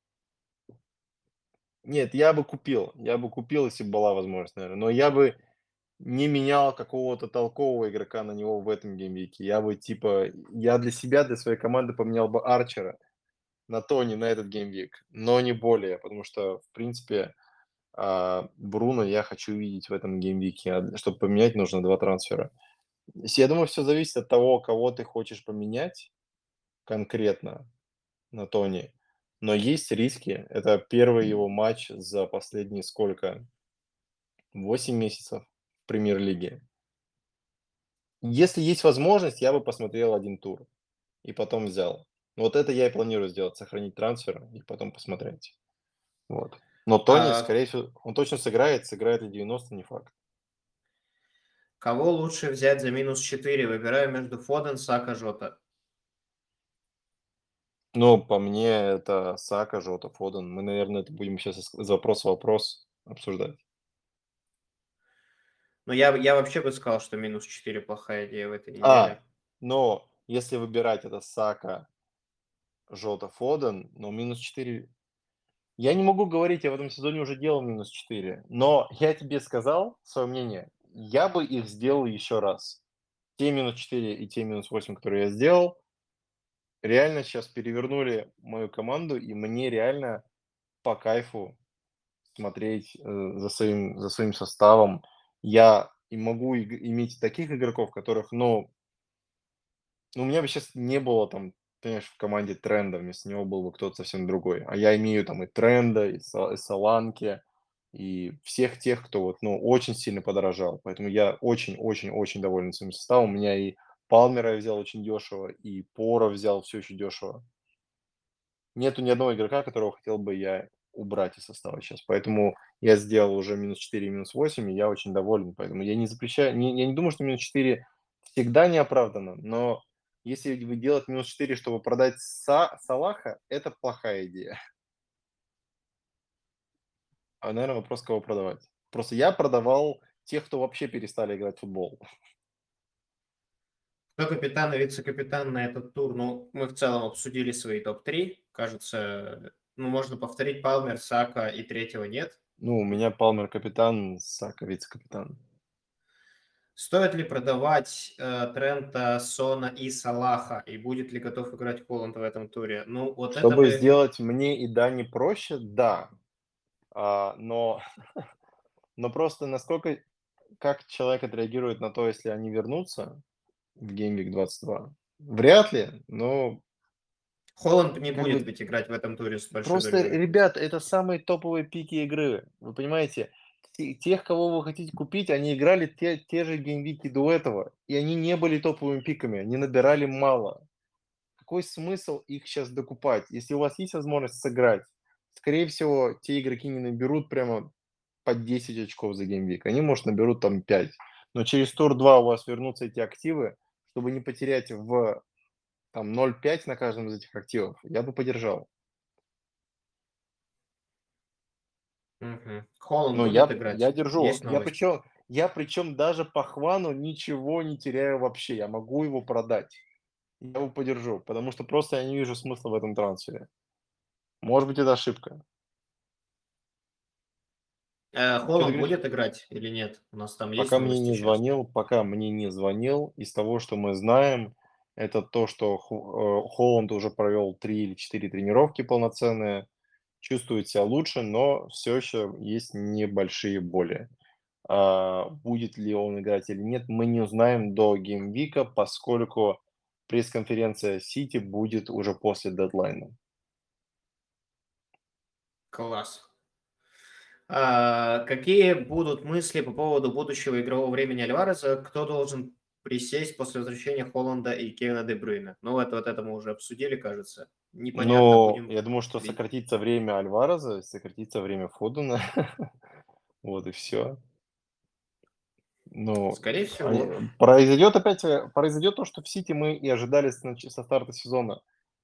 Нет, я бы купил, если бы была возможность, наверное, но я бы не менял какого-то толкового игрока на него в этом геймвике. Я бы, типа, я для себя, для своей команды поменял бы Арчера на Тони на этот геймвик, но не более, потому что, в принципе, Бруно я хочу видеть в этом геймвике, а чтобы поменять, нужно 2 трансфера. Я думаю, все зависит от того, кого ты хочешь поменять конкретно на Тони, но есть риски. Это первый его матч за последние сколько? 8 месяцев в премьер-лиге. Если есть возможность, я бы посмотрел один тур и потом взял. Вот это я и планирую сделать, сохранить трансфер и потом посмотреть. Вот. Но Тони, А скорее всего, он точно сыграет ли 90, не факт. кого лучше взять за -4? Выбираю между Фоден, Сака, Жота. Ну, по мне, это Сака, Жота, Фоден. Мы, наверное, это будем сейчас из вопроса в вопрос обсуждать. Но я вообще бы сказал, что -4 плохая идея в этой А, неделе. но если выбирать это Сака, Жота, Фоден, но -4. Я не могу говорить, я в этом сезоне уже делал -4, но я тебе сказал свое мнение. Я бы их сделал еще раз. Те -4 и те -8, которые я сделал, реально сейчас перевернули мою команду, и мне реально по кайфу смотреть за своим составом. Я и могу иметь таких игроков, которых, ну, у меня бы сейчас не было там, понимаешь, в команде Тренда, вместо него был бы кто-то совсем другой. А я имею там и Тренда, и Соланке, и всех тех, кто вот, ну, очень сильно подорожал. Поэтому я очень-очень-очень доволен своим составом. У меня и Палмера я взял очень дешево, и Пора взял все еще дешево. Нету ни одного игрока, которого хотел бы я убрать из состава сейчас. Поэтому я сделал уже -4, -8, и я очень доволен. Поэтому я не запрещаю, я не думаю, что -4 всегда неоправданно, но если вы делать -4, чтобы продать Салаха, это плохая идея. А, наверное, вопрос, кого продавать. Просто я продавал тех, кто вообще перестали играть в футбол. Кто капитан и вице-капитан на этот тур? Ну, мы в целом обсудили свои топ-3. Кажется, ну, можно повторить Палмер, Сака и третьего нет. Ну, у меня Палмер капитан, Сака вице-капитан. Стоит ли продавать Трента, Сона и Салаха? И будет ли готов играть Холланд в этом туре? Ну, вот это Чтобы бы... сделать мне и Дани проще, да. Но Но просто насколько как человек отреагирует на то, если они вернутся в Game Week 22? Вряд ли, но Холланд не как будет бы ведь играть в этом туре с большой просто, долей ребят, вероятности. это самые топовые пики игры. Вы понимаете, тех, кого вы хотите купить, они играли те же геймвики до этого, и они не были топовыми пиками, они набирали мало. Какой смысл их сейчас докупать? Если у вас есть возможность сыграть, скорее всего, те игроки не наберут прямо по 10 очков за геймвик. Они, может, наберут там 5. Но через тур 2 у вас вернутся эти активы, чтобы не потерять в там 0,5 на каждом из этих активов, я бы подержал. Мгм. Холланд Но будет я играть? держу. Есть новость? Я причем даже по Хвану ничего не теряю вообще. Я могу его продать. Я его подержу, потому что просто я не вижу смысла в этом трансфере. Может быть, это ошибка. Что ты Холланд говоришь? будет играть или нет? У нас там есть новости сейчас. Пока мне не звонил. Из того, что мы знаем, это то, что Холланд уже провел 3 или 4 тренировки полноценные, чувствует себя лучше, но все еще есть небольшие боли. Будет ли он играть или нет, мы не узнаем до геймвика, поскольку пресс-конференция Сити будет уже после дедлайна. Класс. Какие будут мысли по поводу будущего игрового времени Альвареса? Кто должен присесть после возвращения Холланда и Кевина Де Брюйна? Ну, это мы уже обсудили, кажется. Непонятно, Но будем я думаю, что видеть. сократится время Альвареза, сократится время Фодена. Вот и все. Ну, Скорее всего. произойдет то, что в Сити мы и ожидали со старта сезона.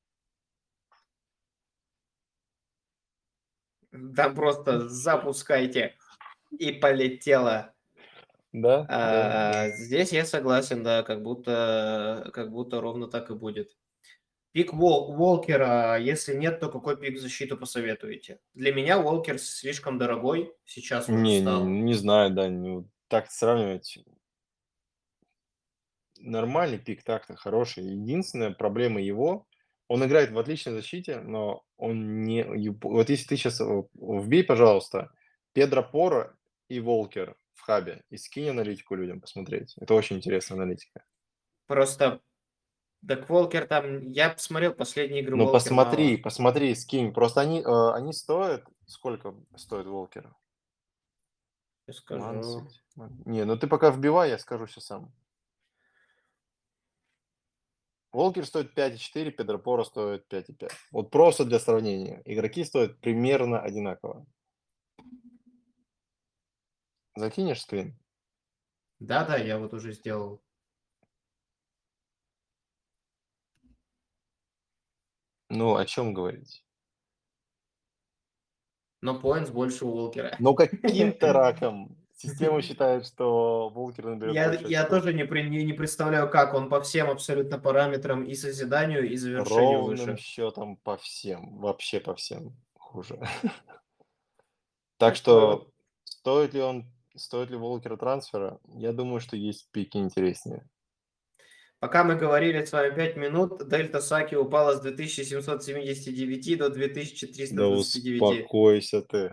Там просто запускайте и полетело. Да, да, да. Здесь я согласен, да, как будто ровно так и будет. Пик Волкера, если нет, то какой пик в защиту посоветуете? Для меня Волкер слишком дорогой сейчас уже стал. Не знаю, да, ну, так сравнивать. Нормальный пик, так-то хороший. Единственная проблема его, он играет в отличной защите, но он не... Вот если ты сейчас вбей, пожалуйста, Педро Поро и Волкер в хабе и скинь аналитику людям посмотреть. Это очень интересная аналитика. Просто, так Волкер там, я посмотрел последние игры Ну Волкер мало. посмотри, скинь. Просто они стоят... Сколько стоит Волкер? Я скажу. 15. Не, ну ты пока вбивай, я скажу все сам. Волкер стоит 5,4, Педро Поро стоит 5,5. Вот просто для сравнения. Игроки стоят примерно одинаково. Закинешь скрин? Да-да, я вот уже сделал. Ну, о чем говорить? Но поинтс больше у Волкера. Но каким-то раком система считает, что Волкер наберет Я, больше я очков. тоже не представляю, как он по всем абсолютно параметрам и созиданию, и завершению Ровным выше. счетом по всем. Вообще по всем хуже. Так Такой вот. что стоит ли Волкера трансфера? Я думаю, что есть пики интереснее. Пока мы говорили с вами 5 минут, дельта Саки упала с 2779 до Да 2329. успокойся ты.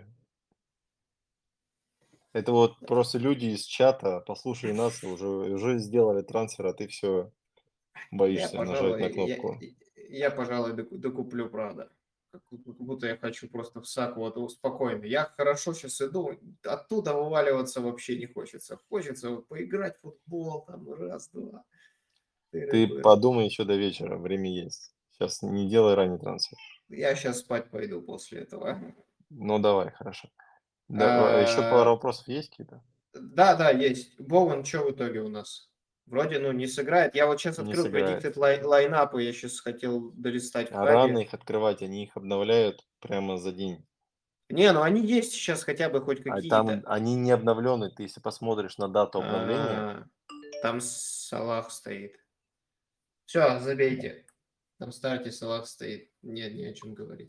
Это вот просто люди из чата послушали нас и уже сделали трансфер, а ты все Я, боишься нажать пожалуй, на кнопку. я, пожалуй, докуплю, правда. Как будто я хочу просто в САК вот спокойно. Я хорошо сейчас иду, оттуда вываливаться вообще не хочется. Хочется вот поиграть в футбол, там, раз-два, Ты тыры-пыры. подумай еще до вечера, время есть. Сейчас не делай ранний трансфер. Я сейчас спать пойду после этого. Ну давай, хорошо. Еще пара А, вопросов есть какие-то? Да, да, есть. Боуэн что в итоге у нас? Вроде, ну, не сыграет. Я вот сейчас Не открыл сыграет. predicted лайнапы, я сейчас хотел долистать в А рано хабе. их открывать, они их обновляют прямо за день. Не, ну они есть сейчас хотя бы хоть А там какие-то. они не обновлены. Ты если посмотришь на дату обновления, А, Там Салах стоит. Все, забейте. Там старте Салах стоит. Нет, ни о чем говорить.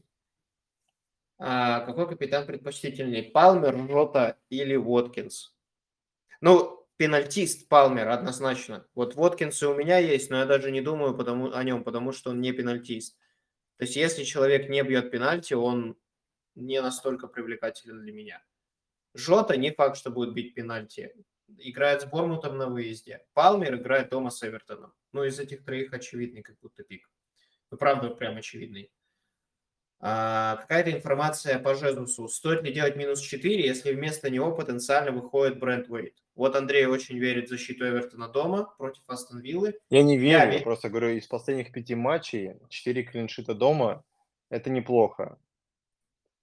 Какой капитан предпочтительнее? Палмер, Рота или Уоткинс? Ну, пенальтист Палмер, однозначно. Вот Воткинс и у меня есть, но я даже не думаю о нем, потому что он не пенальтист. То есть, если человек не бьет пенальти, он не настолько привлекателен для меня. Жота не факт, что будет бить пенальти. Играет с Бормутом на выезде. Палмер играет дома с Эвертоном. Ну, из этих троих очевидный как будто пик. Ну, правда, прям очевидный. Какая-то информация по Жезусу. Стоит ли делать -4, если вместо него потенциально выходит Брент Уэйт? Вот Андрей очень верит в защиту Эвертона дома против Астон Виллы. я не Я, верю, я ве- просто говорю, из последних 5 матчей 4 клиншита дома– это неплохо.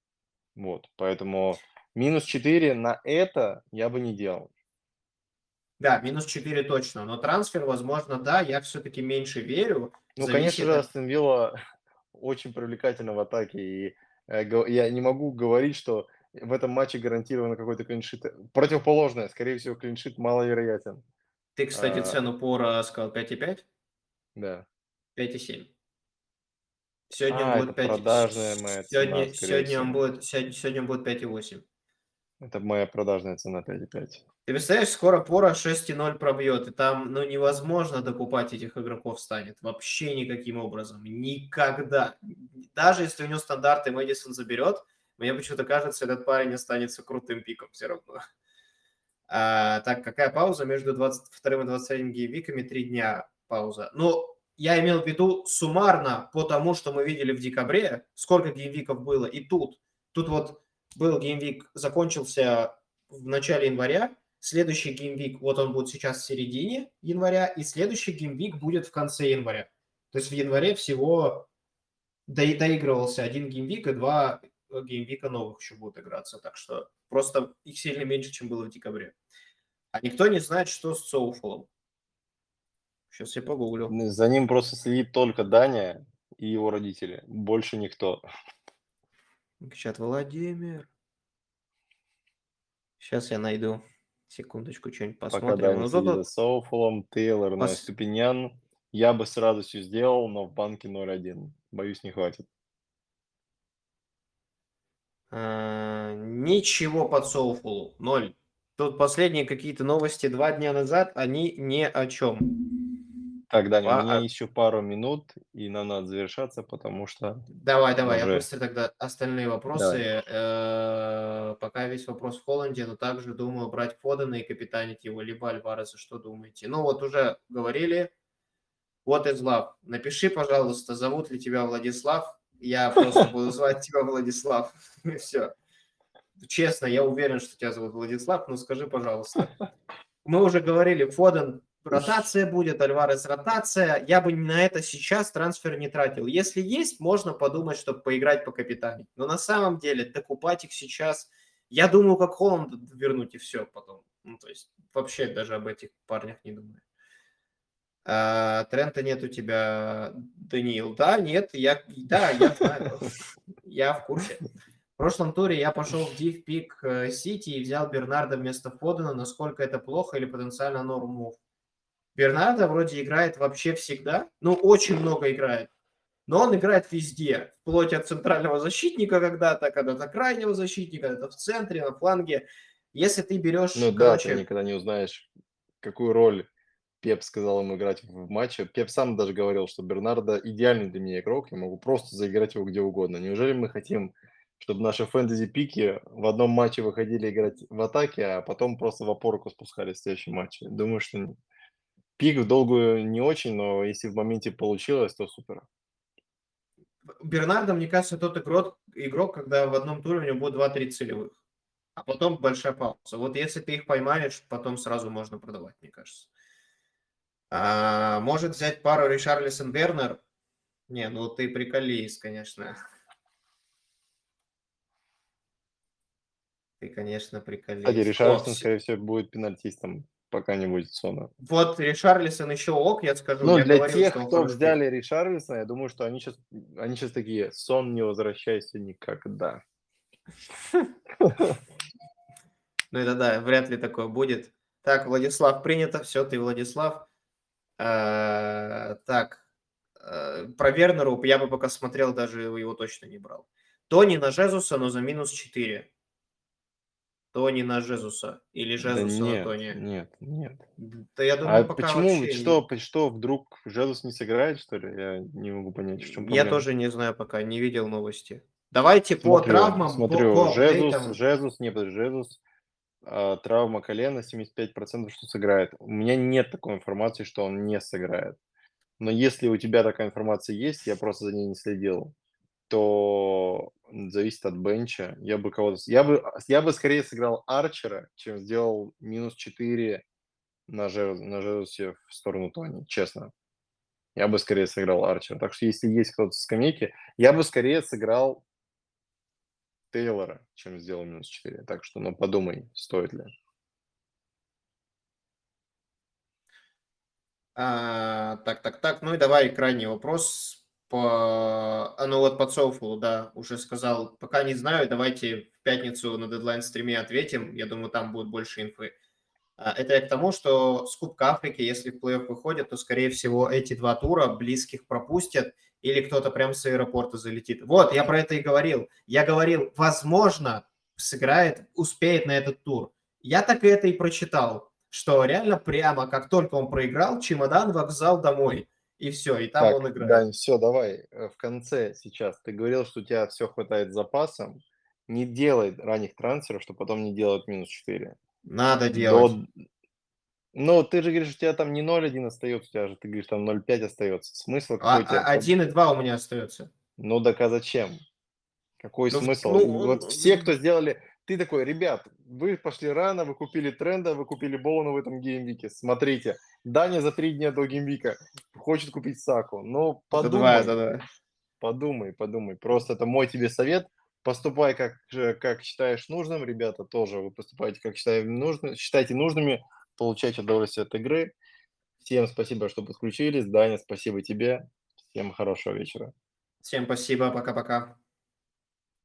Вот, поэтому -4 на это я бы не делал. Да, минус 4 точно, но трансфер, возможно, да, я все-таки меньше верю. Ну, конечно же, Зависит. Астон Вилла очень привлекательна в атаке, и я не могу говорить, что в этом матче гарантированно какой-то клиншит. Противоположное, скорее всего, клиншит маловероятен. Ты, кстати, А, цену Пора сказал 5,5, да. 5,7. Сегодня он Это будет 5. продажная моя цена, скорее всего. Сегодня он будет 5,8. Это моя продажная цена 5,5. Ты представляешь, скоро Пора 6,0 пробьет, и там, ну, невозможно докупать этих игроков станет. Вообще никаким образом. Никогда. Даже если у него стандарты Мэдисон заберет, мне почему-то кажется, этот парень останется крутым пиком все равно. Так, какая пауза между 22 и 23 геймвиками? 3 дня пауза. Ну, я имел в виду суммарно по тому, что мы видели в декабре, сколько геймвиков было, и тут. Тут вот был геймвик, закончился в начале января, следующий геймвик, вот он будет сейчас в середине января, и следующий геймвик будет в конце января. То есть в январе всего доигрывался один геймвик, и два геймвика новых еще будут играться. Так что просто их сильно меньше, чем было в декабре. А никто не знает, что с Соуфолом. Сейчас я погуглю. За ним просто следит только Даня и его родители. Больше никто. Чат Владимир. Сейчас я найду. Секундочку, что-нибудь Пока посмотрим. Даня Ну, следит за тут Соуфолом, Тейлор, но пос... Ступинян. Я бы с радостью сделал, но в банке 0,1. Боюсь, не хватит. ничего под Соуфолу. Ноль. Тут последние какие-то новости 2 дня назад, они ни о чем. Так, Даня, у меня еще пару минут, и нам надо завершаться, потому что Давай, я уже... быстро тогда остальные вопросы. Давай. Пока весь вопрос в Холланде, но также думаю брать Фодена и капитанить его, либо Альвареса. Что думаете? Ну вот уже говорили. Вот из лав. Напиши, пожалуйста, зовут ли тебя Владислав. Я просто буду звать тебя Владислав. И все. Честно, я уверен, что тебя зовут Владислав, но скажи, пожалуйста. Мы уже говорили, Фоден ротация будет, Альварес ротация. Я бы на это сейчас трансфер не тратил. Если есть, можно подумать, чтобы поиграть по капитане. Но на самом деле докупать их сейчас, я думаю, как Холланд вернуть и все потом. Ну, то есть вообще даже об этих парнях не думаю. Трента нет у тебя, Даниил. Да, нет, я знаю. Я в курсе. В прошлом туре я пошел в Div Pick Сити и взял Бернарда вместо Фодена. Насколько это плохо или потенциально норм? Бернардо вроде играет вообще всегда. Ну, очень много играет. Но он играет везде. Вплоть от центрального защитника когда-то крайнего защитника, когда-то в центре, на фланге. Если ты берешь, Ну да, ты короче, никогда не узнаешь, какую роль Пеп сказал ему играть в матче. Пеп сам даже говорил, что Бернардо идеальный для меня игрок, я могу просто заиграть его где угодно. Неужели мы хотим, чтобы наши фэнтези-пики в одном матче выходили играть в атаке, а потом просто в опорку спускались в следующем матче? Думаю, что пик в долгую не очень, но если в моменте получилось, то супер. Бернардо, мне кажется, тот игрок, когда в одном туре у него будет 2-3 целевых. А потом большая пауза. Вот если ты их поймаешь, потом сразу можно продавать, мне кажется. Может взять пару Ришарлисон Вернер. Не, ну ты приколист, конечно. Ты, конечно, Кстати, приколист. Ришарлисон, скорее всего, будет пенальтистом, пока не будет Сона. Вот Ришарлисон еще ок, я скажу. Ну, Я для говорил, тех, что он кто хороший пик. взяли Ришарлисона, я думаю, что они сейчас такие: "Сон, не возвращайся никогда". Ну это да, вряд ли такое будет. Так, Владислав, принято. Все, ты Владислав. Так, про Вернеру я бы пока смотрел, даже его точно не брал. Тони на Жезуса, но за минус 4. Тони на Жезуса. Или Да Жезуса на нет, Тони. нет, нет. Да я А думаю, пока почему, вообще... что вдруг Jesus не сыграет, что ли? Я не могу понять, в чем Я проблема. тоже не знаю пока, не видел новости. Давайте по Смотрю, травмам, по смотрю, апдейтам. Жезус, травма колена, 75%, что сыграет. У меня нет такой информации, что он не сыграет. Но если у тебя такая информация есть, я просто за ней не следил, то зависит от бенча. Я бы скорее сыграл Арчера, чем сделал минус 4 на Жезусе в сторону Тони, честно. Я бы скорее сыграл Арчера. Так что если есть кто-то с скамейки, я бы скорее сыграл Тейлора, чем сделал минус 4. Так что, ну, подумай, стоит ли. Так. Ну и давай крайний вопрос ну вот по Соуфулу, да, уже сказал. Пока не знаю, давайте в пятницу на дедлайн-стриме ответим. Я думаю, там будет больше инфы. Это я к тому, что с Кубка Африки, если в плей-офф выходят, то, скорее всего, эти два тура близких пропустят или кто-то прям с аэропорта залетит. Вот, я про это и говорил. Я говорил, возможно, сыграет, успеет на этот тур. Я так и это и прочитал, что реально прямо, как только он проиграл, чемодан, вокзал домой. И все, и там Так, он играет. Дань, все, давай, в конце сейчас. Ты говорил, что у тебя все хватает с запасом. Не делай ранних трансферов, чтобы потом не делать -4. Надо делать. До Ну, ты же говоришь, у тебя там не 0,1 остается, у тебя же, ты говоришь, там 0,5 остается. Смысл какой у тебя? 1 и 2 у меня остается. Ну, так а зачем? Какой Ну, смысл? Вот все, кто сделали... Ты такой, ребят, вы пошли рано, вы купили тренда, вы купили Боуна в этом геймвике. Смотрите, Даня за 3 дня до геймвика хочет купить Саку. Ну, это 2, это подумай, 2. подумай. Просто это мой тебе совет. Поступай, как считаешь нужным, ребята, тоже вы поступайте, как считаете нужными, получайте удовольствие от игры. Всем спасибо, что подключились. Даня, спасибо тебе. Всем хорошего вечера. Всем спасибо, пока-пока.